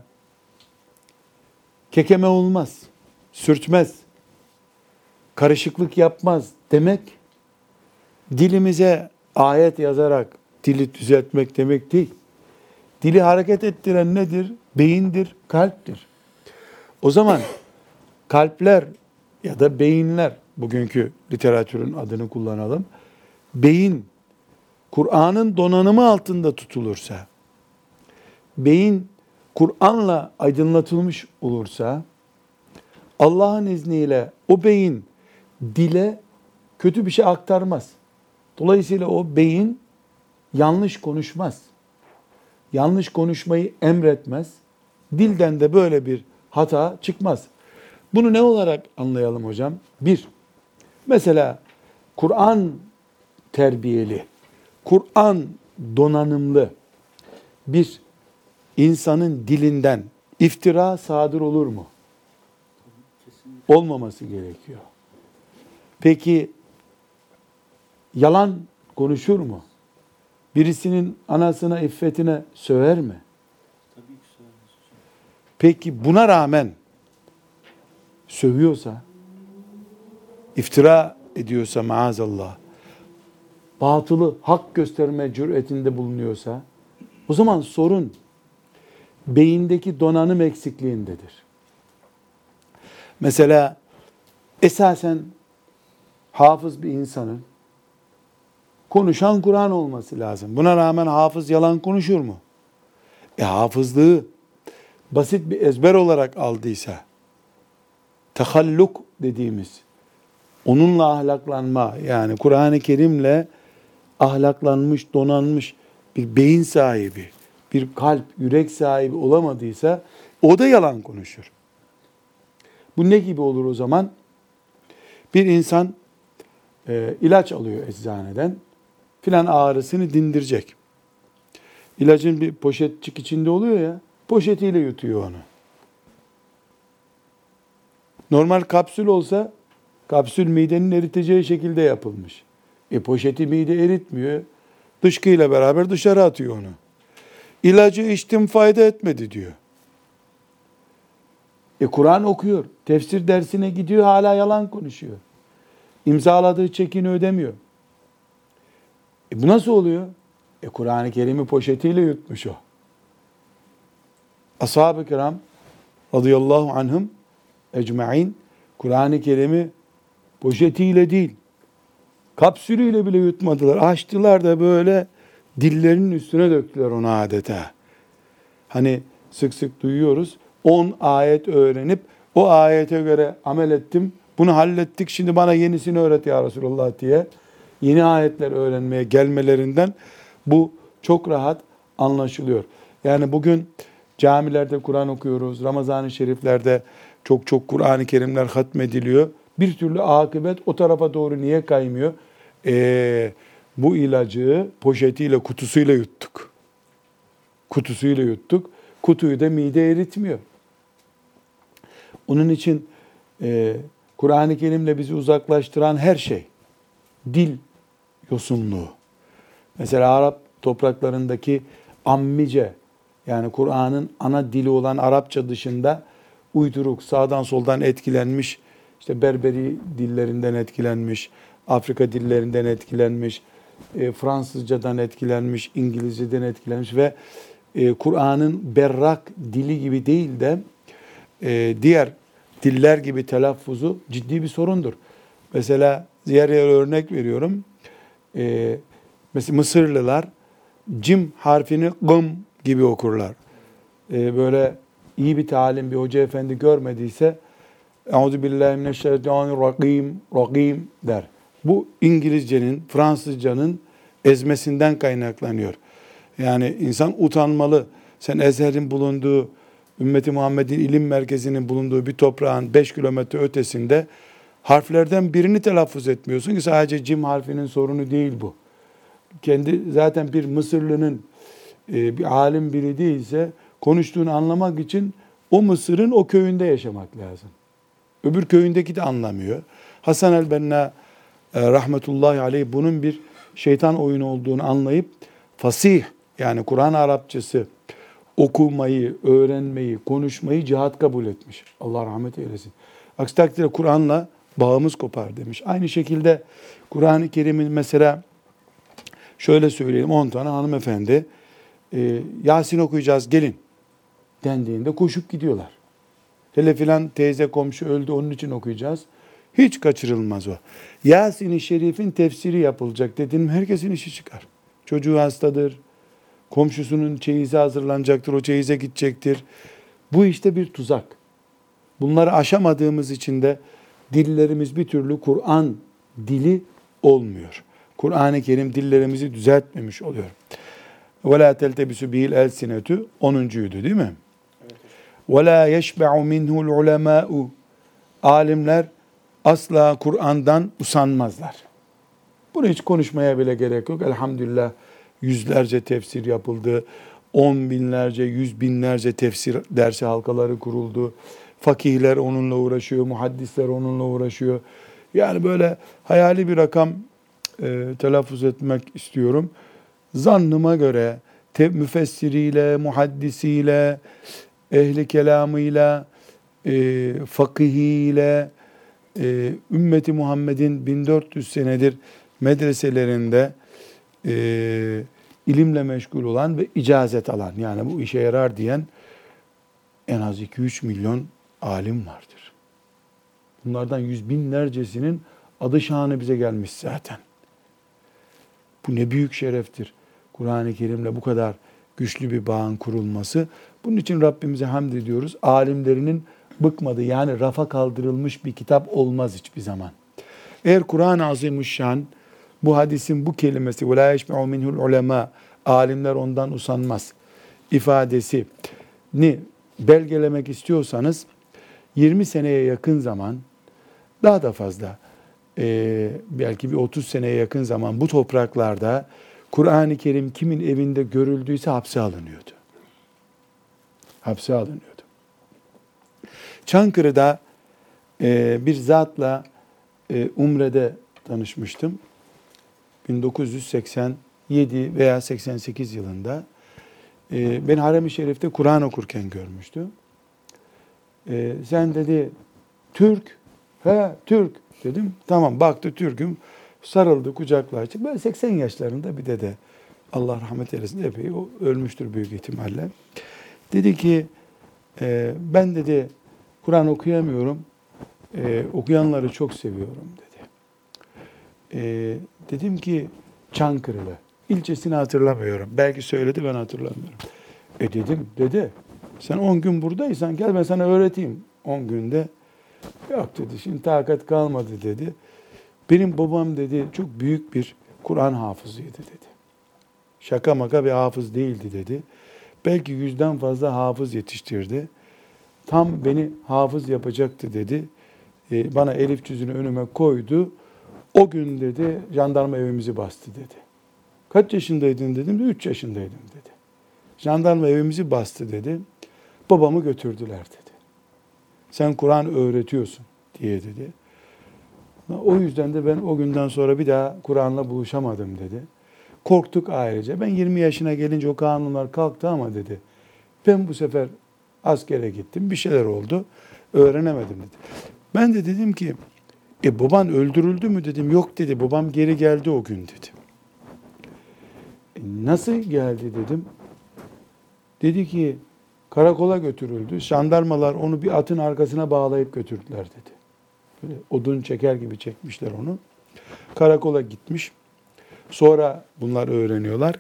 kekeme olmaz, sürtmez, karışıklık yapmaz demek, dilimize ayet yazarak dili düzeltmek demek değil. Dili hareket ettiren nedir? Beyindir, kalptir. O zaman kalpler ya da beyinler, bugünkü literatürün adını kullanalım, beyin Kur'an'ın donanımı altında tutulursa, beyin Kur'an'la aydınlatılmış olursa, Allah'ın izniyle o beyin dile kötü bir şey aktarmaz. Dolayısıyla o beyin yanlış konuşmaz. Yanlış konuşmayı emretmez. Dilden de böyle bir hata çıkmaz. Bunu ne olarak anlayalım hocam? 1. Mesela Kur'an terbiyeli, Kur'an donanımlı bir insanın dilinden iftira sadır olur mu? Olmaması gerekiyor. Peki yalan konuşur mu? Birisinin anasına, iffetine söver mi? Peki buna rağmen sövüyorsa, iftira ediyorsa maazallah, batılı hak gösterme cüretinde bulunuyorsa, O zaman sorun beyindeki donanım eksikliğindedir. Mesela esasen hafız bir insanın konuşan Kur'an olması lazım. Buna rağmen hafız yalan konuşur mu? Hafızlığı basit bir ezber olarak aldıysa, tehalluk dediğimiz, onunla ahlaklanma, yani Kur'an-ı Kerim'le ahlaklanmış, donanmış bir beyin sahibi, bir kalp, yürek sahibi olamadıysa, o da yalan konuşur. Bu ne gibi olur o zaman? Bir insan ilaç alıyor eczaneden, filan ağrısını dindirecek. İlacın bir poşetçik içinde oluyor ya, poşetiyle yutuyor onu. Normal kapsül olsa, kapsül midenin eriteceği şekilde yapılmış. Poşeti mide eritmiyor, dışkıyla beraber dışarı atıyor onu. İlacı içtim fayda etmedi diyor. Kur'an okuyor, tefsir dersine gidiyor, hala yalan konuşuyor. İmzaladığı çekini ödemiyor. Bu nasıl oluyor? Kur'an-ı Kerim'i poşetiyle yutmuş o. Ashab-ı kiram radıyallahu anhum ecma'in Kur'an-ı Kerim'i poşetiyle değil, kapsülüyle bile yutmadılar. Açtılar da böyle dillerinin üstüne döktüler onu adeta. Hani sık sık duyuyoruz. 10 ayet öğrenip o ayete göre amel ettim. Bunu hallettik. Şimdi bana yenisini öğret ya Resulullah diye yeni ayetler öğrenmeye gelmelerinden bu çok rahat anlaşılıyor. Yani bugün camilerde Kur'an okuyoruz. Ramazan-ı Şeriflerde çok Kur'an-ı Kerimler hatmediliyor. Bir türlü akıbet o tarafa doğru niye kaymıyor? Bu ilacı poşetiyle, kutusuyla yuttuk. Kutusuyla yuttuk. Kutuyu da mide eritmiyor. Onun için Kur'an-ı Kerim'le bizi uzaklaştıran her şey, dil yosunluğu. Mesela Arap topraklarındaki ammice, yani Kur'an'ın ana dili olan Arapça dışında uyduruk, sağdan soldan etkilenmiş, işte Berberi dillerinden etkilenmiş, Afrika dillerinden etkilenmiş, Fransızcadan etkilenmiş, İngilizceden etkilenmiş ve Kur'an'ın berrak dili gibi değil de diğer diller gibi telaffuzu ciddi bir sorundur. Mesela yer örnek veriyorum. Mesela Mısırlılar cim harfini gım gibi okurlar. Böyle iyi bir talim bir hoca efendi görmediyse Euzubillahimineşşeytanirracim der. Bu İngilizcenin, Fransızcanın ezmesinden kaynaklanıyor. Yani insan utanmalı. Sen Ezher'in bulunduğu, Ümmeti Muhammed'in ilim merkezinin bulunduğu bir toprağın 5 kilometre ötesinde harflerden birini telaffuz etmiyorsun ki sadece cim harfinin sorunu değil bu. Kendi zaten bir Mısırlı'nın bir alim biri değilse konuştuğunu anlamak için o Mısır'ın o köyünde yaşamak lazım. Öbür köyündeki de anlamıyor. Hasan el-Benna rahmetullahi aleyh bunun bir şeytan oyunu olduğunu anlayıp fasih, yani Kur'an Arapçası okumayı, öğrenmeyi, konuşmayı cihat kabul etmiş. Allah rahmet eylesin. Aksi takdirde Kur'an'la bağımız kopar demiş. Aynı şekilde Kur'an-ı Kerim'in mesela şöyle söyleyelim, 10 tane hanımefendi Yasin okuyacağız gelin dendiğinde koşup gidiyorlar. Hele filan teyze komşu öldü onun için okuyacağız. Hiç kaçırılmaz o. Yasin-i Şerif'in tefsiri yapılacak dedim, herkesin işi çıkar. Çocuğu hastadır, komşusunun çeyizi hazırlanacaktır, o çeyize gidecektir. Bu işte bir tuzak. Bunları aşamadığımız için de dillerimiz bir türlü Kur'an dili olmuyor. Kur'an-ı Kerim dillerimizi düzeltmemiş oluyor. وَلَا تَلْتَبِسُ بِهِ الْاَلْسِنَةُ 10.'üydü değil mi? وَلَا يَشْبَعُ مِنْهُ الْعُلَمَاءُ Alimler asla Kur'an'dan usanmazlar. Bunu hiç konuşmaya bile gerek yok. Elhamdülillah yüzlerce tefsir yapıldı. 10 binlerce, 100 binlerce tefsir dersi halkaları kuruldu. Fakihler onunla uğraşıyor, muhaddisler onunla uğraşıyor. Yani böyle hayali bir rakam telaffuz etmek istiyorum. Zannıma göre müfessiriyle, muhaddisiyle, ehli kelamıyla, fakihiyle, ümmeti Muhammed'in 1400 senedir medreselerinde ilimle meşgul olan ve icazet alan, yani bu işe yarar diyen en az 2-3 milyon alim vardır. Bunlardan yüz binlercesinin adı şanı bize gelmiş zaten. Bu ne büyük şereftir. Kur'an-ı Kerim'le bu kadar güçlü bir bağın kurulması. Bunun için Rabbimize hamd ediyoruz. Alimlerinin bıkmadığı, yani rafa kaldırılmış bir kitap olmaz hiçbir zaman. Eğer Kur'an-ı Azimüşşan bu hadisin bu kelimesi وَلَا يَشْمَعُ مِنْهُ الْعُلَمَا, alimler ondan usanmaz ifadesini belgelemek istiyorsanız 20 seneye yakın zaman, daha da fazla, belki bir 30 seneye yakın zaman bu topraklarda Kur'an-ı Kerim kimin evinde görüldüyse hapse alınıyordu. Hapse alınıyordu. Çankırı'da bir zatla Umre'de tanışmıştım. 1987 veya 88 yılında. Beni Harem-i Şerif'te Kur'an okurken görmüştü. Sen dedi, Türk. He, Türk dedim. Tamam, baktı Türk'üm. Sarıldı, kucaklaştı. Böyle 80 yaşlarında bir dede. Allah rahmet eylesin, epey o ölmüştür büyük ihtimalle. Dedi ki, ben dedi Kur'an okuyamıyorum. Okuyanları çok seviyorum dedi. Dedim ki Çankırılı. İlçesini hatırlamıyorum. Belki söyledi, ben hatırlamıyorum. Dedim, dede sen 10 gün buradaysan gel ben sana öğreteyim 10 günde. Yok dedi, şimdi takat kalmadı dedi. Benim babam dedi çok büyük bir Kur'an hafızıydı dedi. Şaka maka bir hafız değildi dedi. Belki 100'den fazla hafız yetiştirdi. Tam beni hafız yapacaktı dedi. Bana elif cüzünü önüme koydu. O gün dedi jandarma evimizi bastı dedi. Kaç yaşındaydın dedim. 3 yaşındaydım dedi. Jandarma evimizi bastı dedi. Babamı götürdüler dedi. Sen Kur'an öğretiyorsun diye dedi. O yüzden de ben o günden sonra bir daha Kur'an'la buluşamadım dedi. Korktuk ailece. Ben 20 yaşına gelince o kanunlar kalktı ama dedi. Ben bu sefer askere gittim. Bir şeyler oldu. Öğrenemedim dedi. Ben de dedim ki baban öldürüldü mü dedim. Yok dedi. Babam geri geldi o gün dedi. Nasıl geldi dedim. Dedi ki karakola götürüldü. Jandarmalar onu bir atın arkasına bağlayıp götürdüler dedi. Böyle odun çeker gibi çekmişler onu. Karakola gitmiş. Sonra bunlar öğreniyorlar.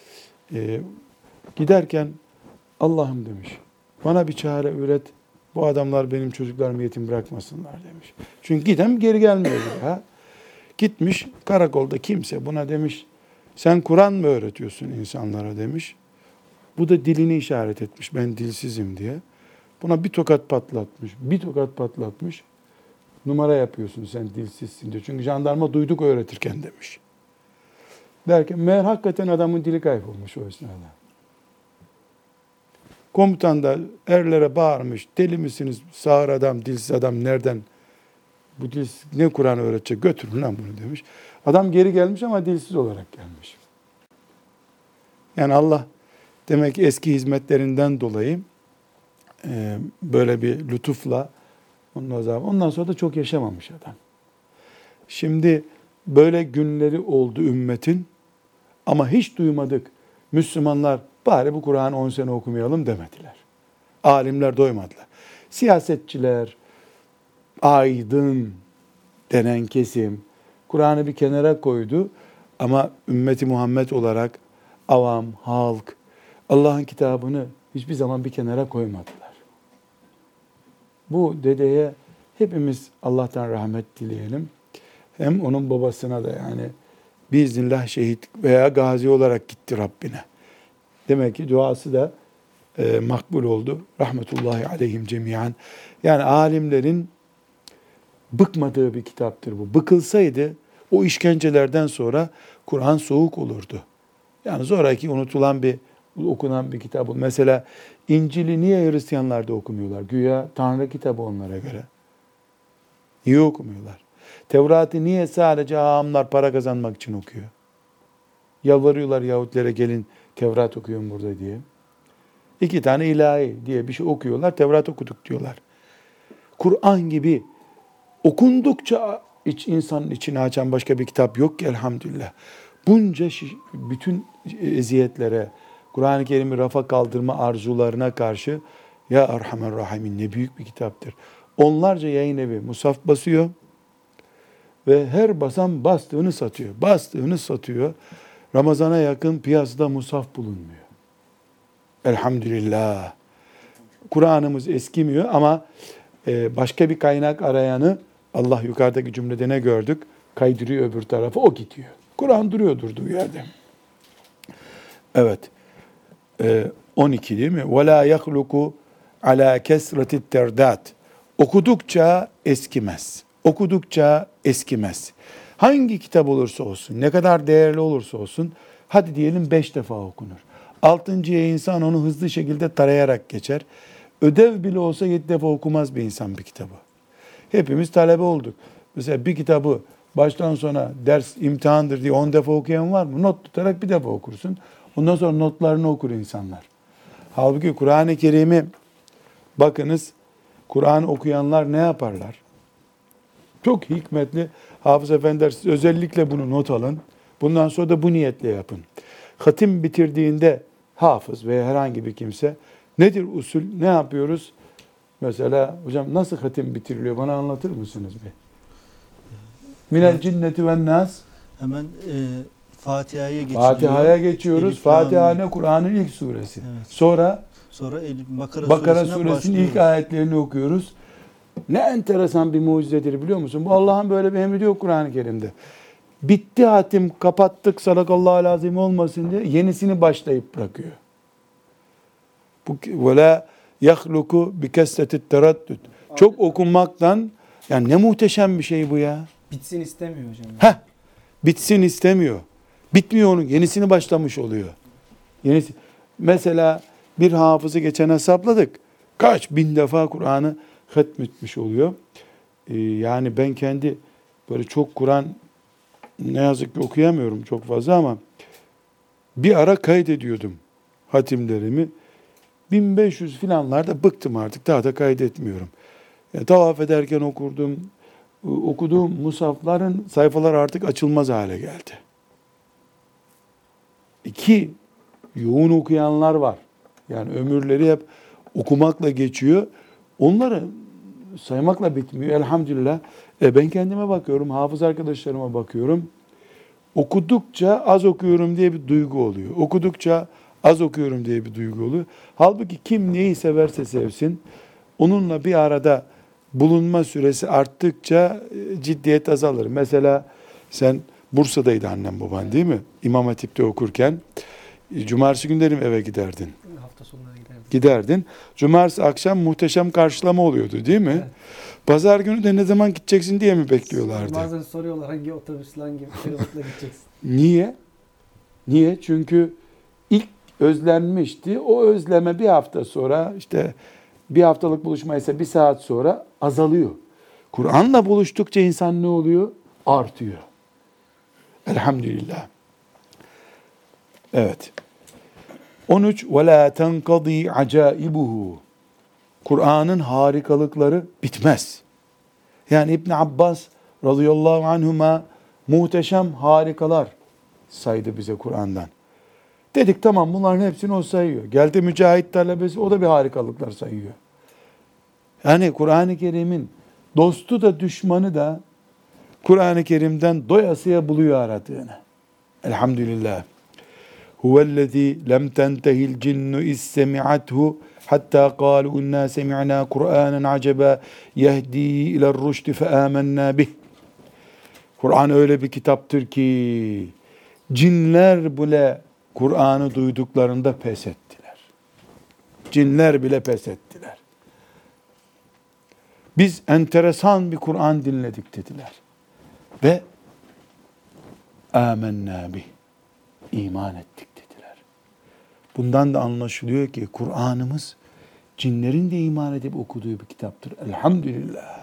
Giderken Allah'ım demiş. Bana bir çare üret. Bu adamlar benim çocuklarımı yetim bırakmasınlar demiş. Çünkü giden geri gelmiyor bir daha. Gitmiş karakolda kimse buna demiş. Sen Kur'an mı öğretiyorsun insanlara demiş. Bu da dilini işaret etmiş. Ben dilsizim diye. Buna bir tokat patlatmış. Bir tokat patlatmış. Numara yapıyorsun sen dilsizsin diyor. Çünkü jandarma duyduk öğretirken demiş. Derken meğer hakikaten adamın dili kaybolmuş o esnada. Komutan da erlere bağırmış. Deli misiniz? Sağır adam, dilsiz adam nereden? Bu dilsiz ne Kur'an öğretecek? Götürün lan bunu demiş. Adam geri gelmiş ama dilsiz olarak gelmiş. Yani Allah demek ki eski hizmetlerinden dolayı böyle bir lütufla ondan sonra da çok yaşamamış adam. Şimdi böyle günleri oldu ümmetin ama hiç duymadık. Müslümanlar bari bu Kur'an'ı 10 sene okumayalım demediler. Alimler doymadılar. Siyasetçiler, aydın denen kesim Kur'an'ı bir kenara koydu ama ümmeti Muhammed olarak avam, halk Allah'ın kitabını hiçbir zaman bir kenara koymadılar. Bu dedeye hepimiz Allah'tan rahmet dileyelim. Hem onun babasına da yani biiznillah şehit veya gazi olarak gitti Rabbine. Demek ki duası da makbul oldu. Rahmetullahi aleyhim cemiyan. Yani alimlerin bıkmadığı bir kitaptır bu. Bıkılsaydı o işkencelerden sonra Kur'an soğuk olurdu. Yani sonraki unutulan bir, okunan bir kitap. Mesela İncil'i niye Hristiyanlar da okumuyorlar? Güya Tanrı kitabı onlara göre. Niye okumuyorlar? Tevrat'ı niye sadece hahamlar para kazanmak için okuyor? Yalvarıyorlar Yahudilere gelin Tevrat okuyun burada diye. 2 tane ilahi diye bir şey okuyorlar. Tevrat okuduk diyorlar. Kur'an gibi okundukça insanın içini açan başka bir kitap yok ki elhamdülillah. Bunca bütün eziyetlere, Kur'an-ı Kerim'i rafa kaldırma arzularına karşı ya Erhamer Rahimin ne büyük bir kitaptır. Onlarca yayın evi musaf basıyor ve her basan bastığını satıyor. Bastığını satıyor. Ramazana yakın piyasada musaf bulunmuyor. Elhamdülillah. Kur'an'ımız eskimiyor ama başka bir kaynak arayanı Allah yukarıdaki cümlede ne gördük? Kaydırıyor öbür tarafa, o gidiyor. Kur'an duruyor durduğu yerde. Evet. 12 değil mi? وَلَا يَخْلُقُ عَلَى كَسْرَةِ التَّرْدَاتِ Okudukça eskimez. Okudukça eskimez. Hangi kitap olursa olsun, ne kadar değerli olursa olsun, hadi diyelim 5 defa okunur. 6.'ya insan onu hızlı şekilde tarayarak geçer. Ödev bile olsa 7 defa okumaz bir insan bir kitabı. Hepimiz talebe olduk. Mesela bir kitabı baştan sona ders imtihandır diye 10 defa okuyan var mı? Not tutarak bir defa okursun. Ondan sonra notlarını okur insanlar. Halbuki Kur'an-ı Kerim'i bakınız, Kur'an okuyanlar ne yaparlar? Çok hikmetli. Hafız efendiler, siz özellikle bunu not alın. Bundan sonra da bu niyetle yapın. Hatim bitirdiğinde hafız veya herhangi bir kimse, nedir usul? Ne yapıyoruz? Mesela hocam nasıl hatim bitiriliyor? Bana anlatır mısınız bir? Minel cinneti ven nas. Hemen Fatiha'ya geçiyoruz. Fatiha'ya geçiyoruz. Fatiha ne? Kur'an'ın ilk suresi. Evet. Sonra Bakara suresinin ilk ayetlerini okuyoruz. Ne enteresan bir mucizedir biliyor musun? Bu Allah'ın böyle bir emri yok Kur'an-ı Kerim'de. Bitti hatim, kapattık, sadakallahu lazim olmasın diye yenisini başlayıp bırakıyor. Bu وَلَا يَخْلُقُ بِكَسَّةِ التَّرَدُّدِ Çok okunmaktan, yani ne muhteşem bir şey bu ya. Bitsin istemiyor hocam. Bitsin istemiyor. Bitmiyor onun, yenisini başlamış oluyor. Yenisi. Mesela bir hafızı geçen hesapladık. Kaç bin defa Kur'an'ı hatmetmiş oluyor. Yani ben kendi böyle çok Kur'an ne yazık ki okuyamıyorum çok fazla ama bir ara kaydediyordum hatimlerimi. 1500 filanlarda bıktım artık. Daha da kaydetmiyorum. Yani tavaf ederken okuduğum musafların sayfalar artık açılmaz hale geldi. İki, yoğun okuyanlar var. Yani ömürleri hep okumakla geçiyor. Onları saymakla bitmiyor elhamdülillah. Ben kendime bakıyorum, hafız arkadaşlarıma bakıyorum. Okudukça az okuyorum diye bir duygu oluyor. Okudukça az okuyorum diye bir duygu oluyor. Halbuki kim neyi severse sevsin, onunla bir arada bulunma süresi arttıkça ciddiyet azalır. Mesela sen Bursa'daydı annem baban değil mi? İmam Hatip'te okurken cumartesi günleri mi eve giderdin? Hafta sonları giderdim. Giderdin. Cumartesi akşam muhteşem karşılama oluyordu değil mi? Evet. Pazar günü de ne zaman gideceksin diye mi bekliyorlardı? Bazen soruyorlar hangi otobüsle hangi feribotla gideceksin. Niye? Niye? Çünkü ilk özlenmişti. O özleme bir hafta sonra, işte bir haftalık buluşma ise bir saat sonra azalıyor. Kur'an'la buluştukça insan ne oluyor? Artıyor. Elhamdülillah. Evet. 13. وَلَا تَنْقَضِي عَجَائِبُهُ Kur'an'ın harikalıkları bitmez. Yani İbn Abbas radıyallahu anhuma muhteşem harikalar saydı bize Kur'an'dan. Dedik tamam, bunların hepsini o sayıyor. Geldi Mücahit talebesi, o da bir harikalıklar sayıyor. Yani Kur'an-ı Kerim'in dostu da düşmanı da Kur'an-ı Kerim'den doyasıya buluyor aradığını. Elhamdülillah. Huvellezî lem tentehil cinnu istemi'athu hatta kâlu inna semi'nâ Kur'ânen acaba yehdi iler-rüşdi fe âmennâ bih. Kur'an öyle bir kitaptır ki cinler bile Kur'an'ı duyduklarında pes ettiler. Cinler bile pes ettiler. Biz enteresan bir Kur'an dinledik dediler. Ve âmennâ bih. İman ettik dediler. Bundan da anlaşılıyor ki Kur'an'ımız cinlerin de iman edip okuduğu bir kitaptır. Elhamdülillah.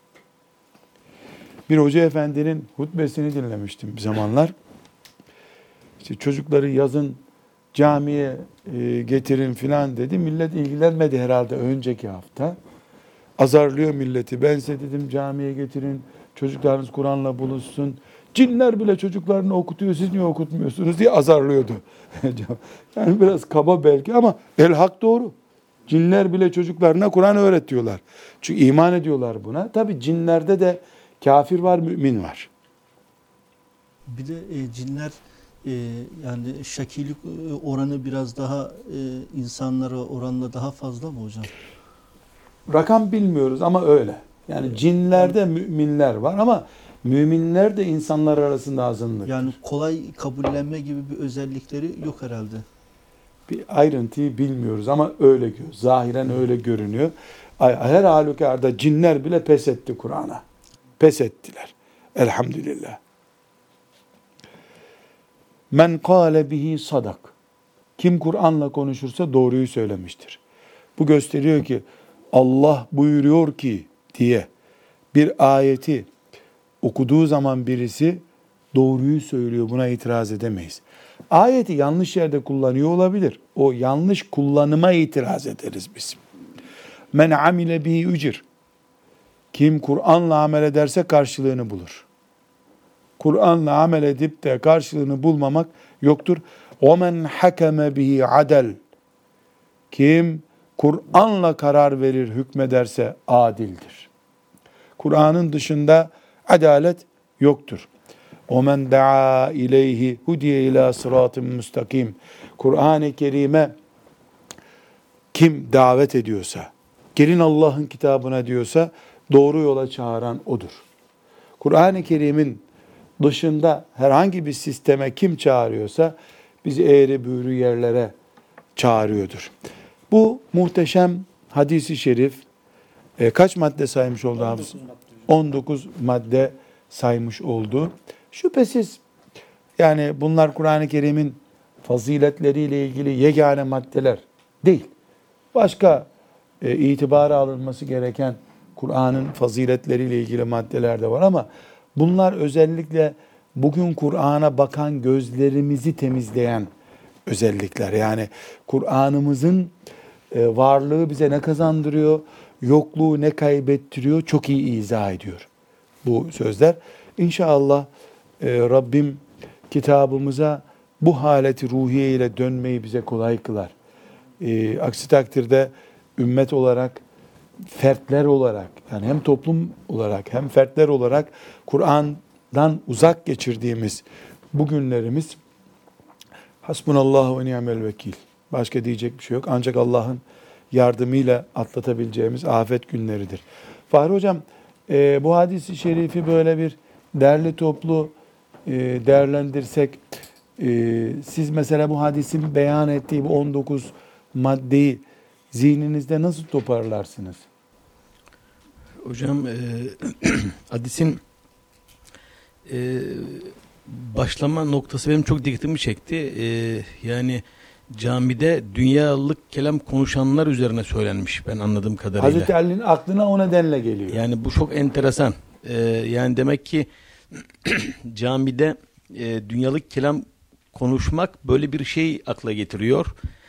Bir hoca efendinin hutbesini dinlemiştim bir zamanlar. İşte çocukları yazın camiye getirin filan dedi. Millet ilgilenmedi herhalde önceki hafta. Azarlıyor milleti. Ben size dedim camiye getirin, çocuklarınız Kur'an'la buluşsun. Cinler bile çocuklarını okutuyor, siz niye okutmuyorsunuz diye azarlıyordu. Yani biraz kaba belki ama el hak doğru. Cinler bile çocuklarına Kur'an öğretiyorlar. Çünkü iman ediyorlar buna. Tabi cinlerde de kafir var, mümin var. Bir de cinler yani şakilik oranı biraz daha insanlara oranla daha fazla mı hocam? Rakam bilmiyoruz ama öyle. Yani cinlerde müminler var ama müminler de insanlar arasında azınlık. Yani kolay kabullenme gibi bir özellikleri yok herhalde. Bir ayrıntıyı bilmiyoruz ama öyle zahiren öyle görünüyor. Her halükarda cinler bile pes etti Kur'an'a. Pes ettiler. Elhamdülillah. Men kâle bihi sadak. Kim Kur'an'la konuşursa doğruyu söylemiştir. Bu gösteriyor ki Allah buyuruyor ki diye bir ayeti okuduğu zaman birisi doğruyu söylüyor. Buna itiraz edemeyiz. Ayeti yanlış yerde kullanıyor olabilir. O yanlış kullanıma itiraz ederiz biz. Men amile bihi ücir. Kim Kur'an'la amel ederse karşılığını bulur. Kur'an'la amel edip de karşılığını bulmamak yoktur. وَمَنْ حَكَمَ بِهِ عَدَلْ. Kim Kur'an'la karar verir, hükmederse adildir. Kur'an'ın dışında adalet yoktur. وَمَنْ دَعَا اِلَيْهِ هُدِيَ اِلَى صِرَاطٍ müstakim. Kur'an-ı Kerim'e kim davet ediyorsa, gelin Allah'ın kitabına diyorsa, doğru yola çağıran odur. Kur'an-ı Kerim'in dışında herhangi bir sisteme kim çağırıyorsa, bizi eğri büğrü yerlere çağırıyordur. Bu muhteşem hadisi şerif, kaç madde saymış oldu Hafız? 19 madde saymış oldu. Şüphesiz yani bunlar Kur'an-ı Kerim'in faziletleriyle ilgili yegane maddeler değil. Başka itibara alınması gereken Kur'an'ın faziletleriyle ilgili maddeler de var ama bunlar özellikle bugün Kur'an'a bakan gözlerimizi temizleyen özellikler. Yani Kur'an'ımızın varlığı bize ne kazandırıyor, yokluğu ne kaybettiriyor çok iyi izah ediyor bu sözler. İnşallah Rabbim kitabımıza bu haleti ruhiye ile dönmeyi bize kolay kılar. Aksi takdirde ümmet olarak, fertler olarak, yani hem toplum olarak hem fertler olarak Kur'an'dan uzak geçirdiğimiz bu günlerimiz hasbunallahu ve ni'mel vekil. Başka diyecek bir şey yok. Ancak Allah'ın yardımıyla atlatabileceğimiz afet günleridir. Fahri Hocam, bu hadis-i şerifi böyle bir derli toplu değerlendirsek, siz mesela bu hadisin beyan ettiği bu 19 maddeyi zihninizde nasıl toparlarsınız? Hocam hadisin başlama noktası benim çok dikkatimi çekti. Yani camide dünyalık kelam konuşanlar üzerine söylenmiş ben anladığım kadarıyla. Hazreti Ali'nin aklına o nedenle geliyor. Yani bu çok enteresan. Yani demek ki camide dünyalık kelam konuşmak böyle bir şey akla getiriyor.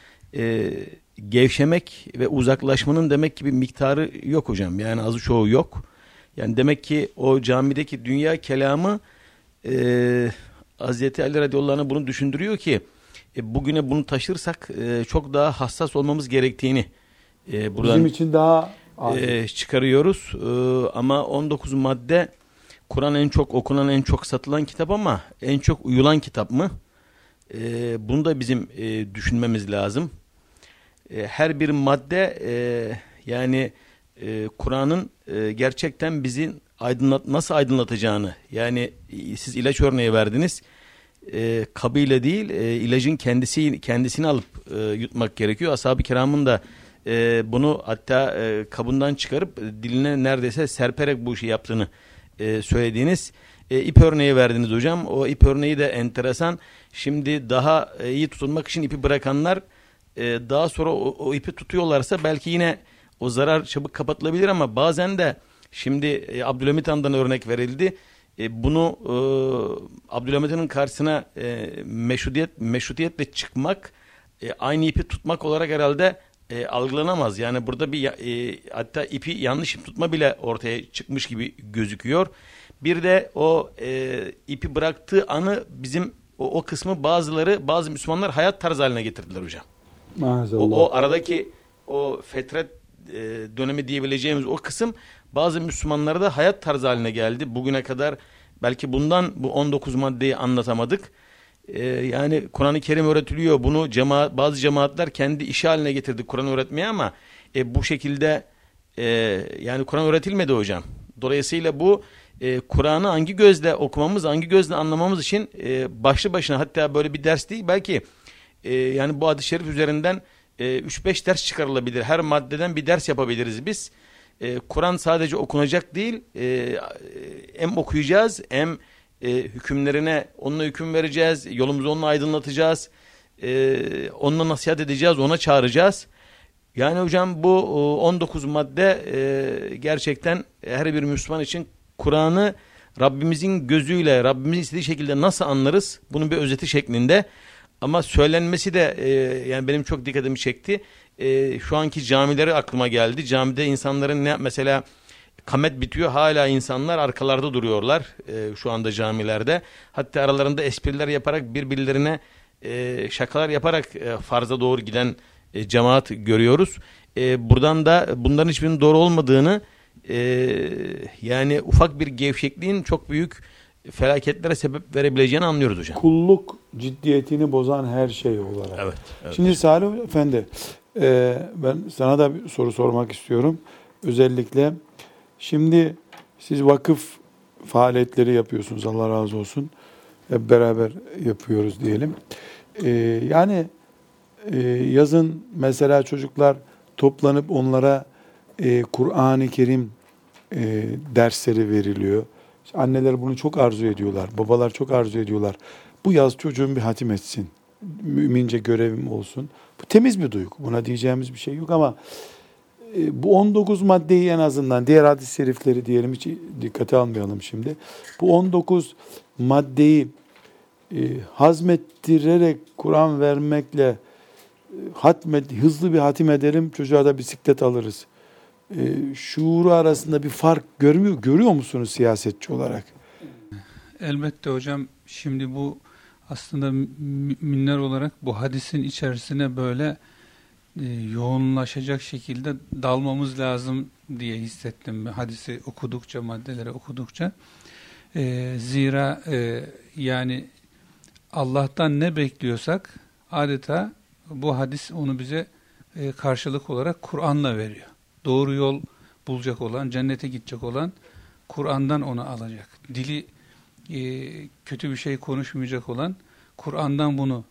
Gevşemek ve uzaklaşmanın demek ki bir miktarı yok hocam. Yani azı çoğu yok. Yani demek ki o camideki dünya kelamı Hazreti Ali radıyallahu anh'a bunu düşündürüyor ki bugüne bunu taşırsak çok daha hassas olmamız gerektiğini buradan bizim için daha çıkarıyoruz. Ama 19 madde Kur'an en çok okunan, en çok satılan kitap ama en çok uyulan kitap mı? Bunu da bizim düşünmemiz lazım. Her bir madde yani Kur'an'ın gerçekten bizi nasıl aydınlatacağını, yani siz ilaç örneği verdiniz, kabıyla değil ilacın kendisini alıp yutmak gerekiyor. Ashab-ı kiramın da bunu hatta kabından çıkarıp diline neredeyse serperek bu işi yaptığını söylediğiniz ip örneği verdiniz hocam. O ip örneği de enteresan. Şimdi daha iyi tutunmak için ipi bırakanlar daha sonra o ipi tutuyorlarsa belki yine o zarar çabuk kapatılabilir ama bazen de şimdi Abdülhamit Han'dan örnek verildi. Bunu Abdülhamit Han'ın karşısına meşrutiyetle çıkmak aynı ipi tutmak olarak herhalde algılanamaz. Yani burada bir hatta ipi yanlış tutma bile ortaya çıkmış gibi gözüküyor. Bir de o ipi bıraktığı anı bizim o kısmı bazı Müslümanlar hayat tarzı haline getirdiler hocam. Maazallah. O aradaki o fetret dönemi diyebileceğimiz o kısım bazı Müslümanlara da hayat tarzı haline geldi. Bugüne kadar belki bu 19 maddeyi anlatamadık. Yani Kur'an-ı Kerim öğretiliyor. Bunu bazı cemaatler kendi işi haline getirdi Kur'an öğretmeye ama bu şekilde yani Kur'an öğretilmedi hocam. Dolayısıyla bu Kur'an'ı hangi gözle okumamız, hangi gözle anlamamız için başlı başına, hatta böyle bir ders değil belki yani bu hadis-i şerif üzerinden 3-5 ders çıkarılabilir. Her maddeden bir ders yapabiliriz biz. Kur'an sadece okunacak değil, hem okuyacağız hem hükümlerine onunla hüküm vereceğiz, yolumuzu onunla aydınlatacağız, onunla nasihat edeceğiz, ona çağıracağız. Yani hocam bu 19 madde gerçekten her bir Müslüman için Kur'an'ı Rabbimizin gözüyle, Rabbimizin istediği şekilde nasıl anlarız? Bunun bir özeti şeklinde. Ama söylenmesi de yani benim çok dikkatimi çekti. Şu anki camileri aklıma geldi. Camide insanların mesela kamet bitiyor, hala insanlar arkalarda duruyorlar şu anda camilerde. Hatta aralarında espriler yaparak birbirlerine şakalar yaparak farza doğru giden cemaat görüyoruz. Buradan da bunların hiçbirinin doğru olmadığını, yani ufak bir gevşekliğin çok büyük felaketlere sebep verebileceğini anlıyoruz hocam. Kulluk ciddiyetini bozan her şey olarak. Evet. Şimdi Salih Efendi, ben sana da bir soru sormak istiyorum. Özellikle şimdi siz vakıf faaliyetleri yapıyorsunuz, Allah razı olsun. Hep beraber yapıyoruz diyelim. Yani yazın mesela çocuklar toplanıp onlara Kur'an-ı Kerim dersleri veriliyor. İşte anneler bunu çok arzu ediyorlar. Babalar çok arzu ediyorlar. Bu yaz çocuğum bir hatim etsin. Mümince görevim olsun. Bu temiz bir duygu. Buna diyeceğimiz bir şey yok ama bu 19 maddeyi en azından, diğer hadis-i şerifleri diyelim, hiç dikkate almayalım şimdi. Bu 19 maddeyi hazmettirerek Kur'an vermekle hızlı bir hatim edelim, çocuğa da bisiklet alırız. Şuuru arasında bir fark görüyor musunuz siyasetçi olarak? Elbette hocam, şimdi bu aslında müminler olarak bu hadisin içerisine böyle yoğunlaşacak şekilde dalmamız lazım diye hissettim hadisi okudukça, maddeleri okudukça. Zira yani Allah'tan ne bekliyorsak adeta bu hadis onu bize karşılık olarak Kur'an'la veriyor. Doğru yol bulacak olan, cennete gidecek olan Kur'an'dan onu alacak. Dili kötü bir şey konuşmayacak olan Kur'an'dan bunu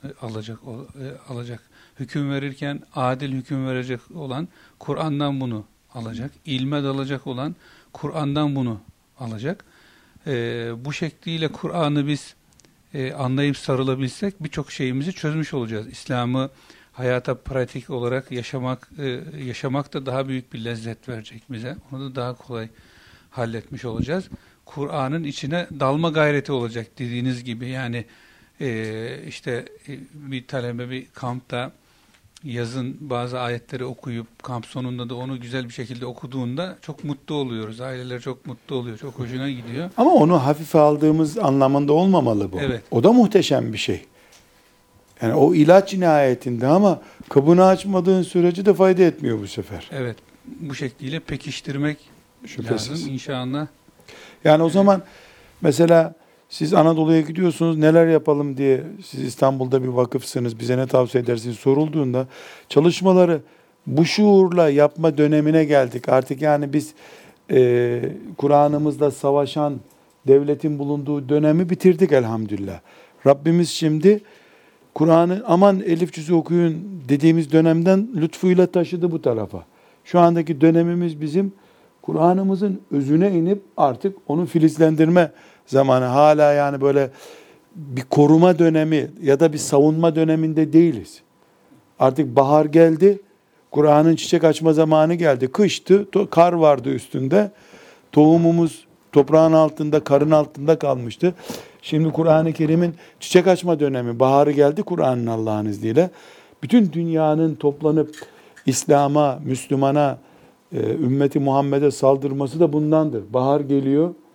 alacak. Hüküm verirken adil hüküm verecek olan Kur'an'dan bunu alacak. İlme dalacak olan Kur'an'dan bunu alacak. Bu şekliyle Kur'an'ı biz anlayıp sarılabilsek birçok şeyimizi çözmüş olacağız. İslam'ı hayata pratik olarak yaşamak da daha büyük bir lezzet verecek bize. Onu da daha kolay halletmiş olacağız. Kur'an'ın içine dalma gayreti olacak dediğiniz gibi. Yani işte bir talebe bir kampta yazın bazı ayetleri okuyup kamp sonunda da onu güzel bir şekilde okuduğunda çok mutlu oluyoruz. Aileler çok mutlu oluyor. Çok hoşuna gidiyor. Ama onu hafife aldığımız anlamında olmamalı bu. Evet. O da muhteşem bir şey. Yani o ilaç nihayetinde ama kabını açmadığın sürece de fayda etmiyor bu sefer. Evet. Bu şekliyle pekiştirmek Şüphesiz. lazım inşallah. Yani o zaman mesela siz Anadolu'ya gidiyorsunuz, neler yapalım diye, siz İstanbul'da bir vakıfsınız, bize ne tavsiye edersiniz sorulduğunda çalışmaları bu şuurla yapma dönemine geldik. Artık yani biz Kur'an'ımızla savaşan devletin bulunduğu dönemi bitirdik elhamdülillah. Rabbimiz şimdi Kur'an'ı aman elif cüzü okuyun dediğimiz dönemden lütfuyla taşıdı bu tarafa. Şu andaki dönemimiz bizim Kur'an'ımızın özüne inip artık onu filizlendirme zamanı. Hala yani böyle bir koruma dönemi ya da bir savunma döneminde değiliz. Artık bahar geldi, Kur'an'ın çiçek açma zamanı geldi. Kıştı, kar vardı üstünde. Tohumumuz toprağın altında, karın altında kalmıştı. Şimdi Kur'an-ı Kerim'in çiçek açma dönemi, baharı geldi Kur'an'ın Allah'ın izniyle. Bütün dünyanın toplanıp İslam'a, Müslümana, ümmeti Muhammed'e saldırması da bundandır. Bahar geliyor,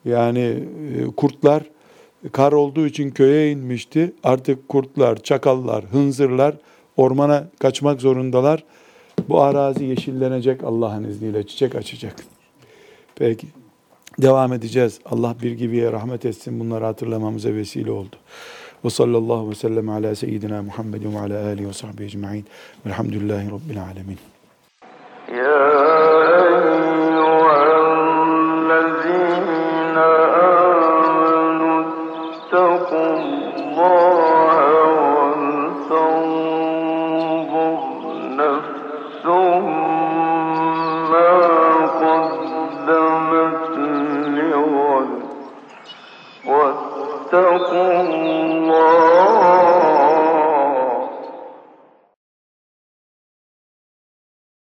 Yani kurtlar kar olduğu için köye inmişti. Artık kurtlar, çakallar, hınzırlar ormana kaçmak zorundalar. Bu arazi yeşillenecek Allah'ın izniyle, çiçek açacak. Peki. Devam edeceğiz. Allah bir gibiye rahmet etsin. Bunları hatırlamamıza vesile oldu. Ve sallallahu ve sellem ala seyyidina Muhammedin ve ala alihi ve sahbihi ecma'in. Velhamdülillahi Rabbil alemin. اتقوا الله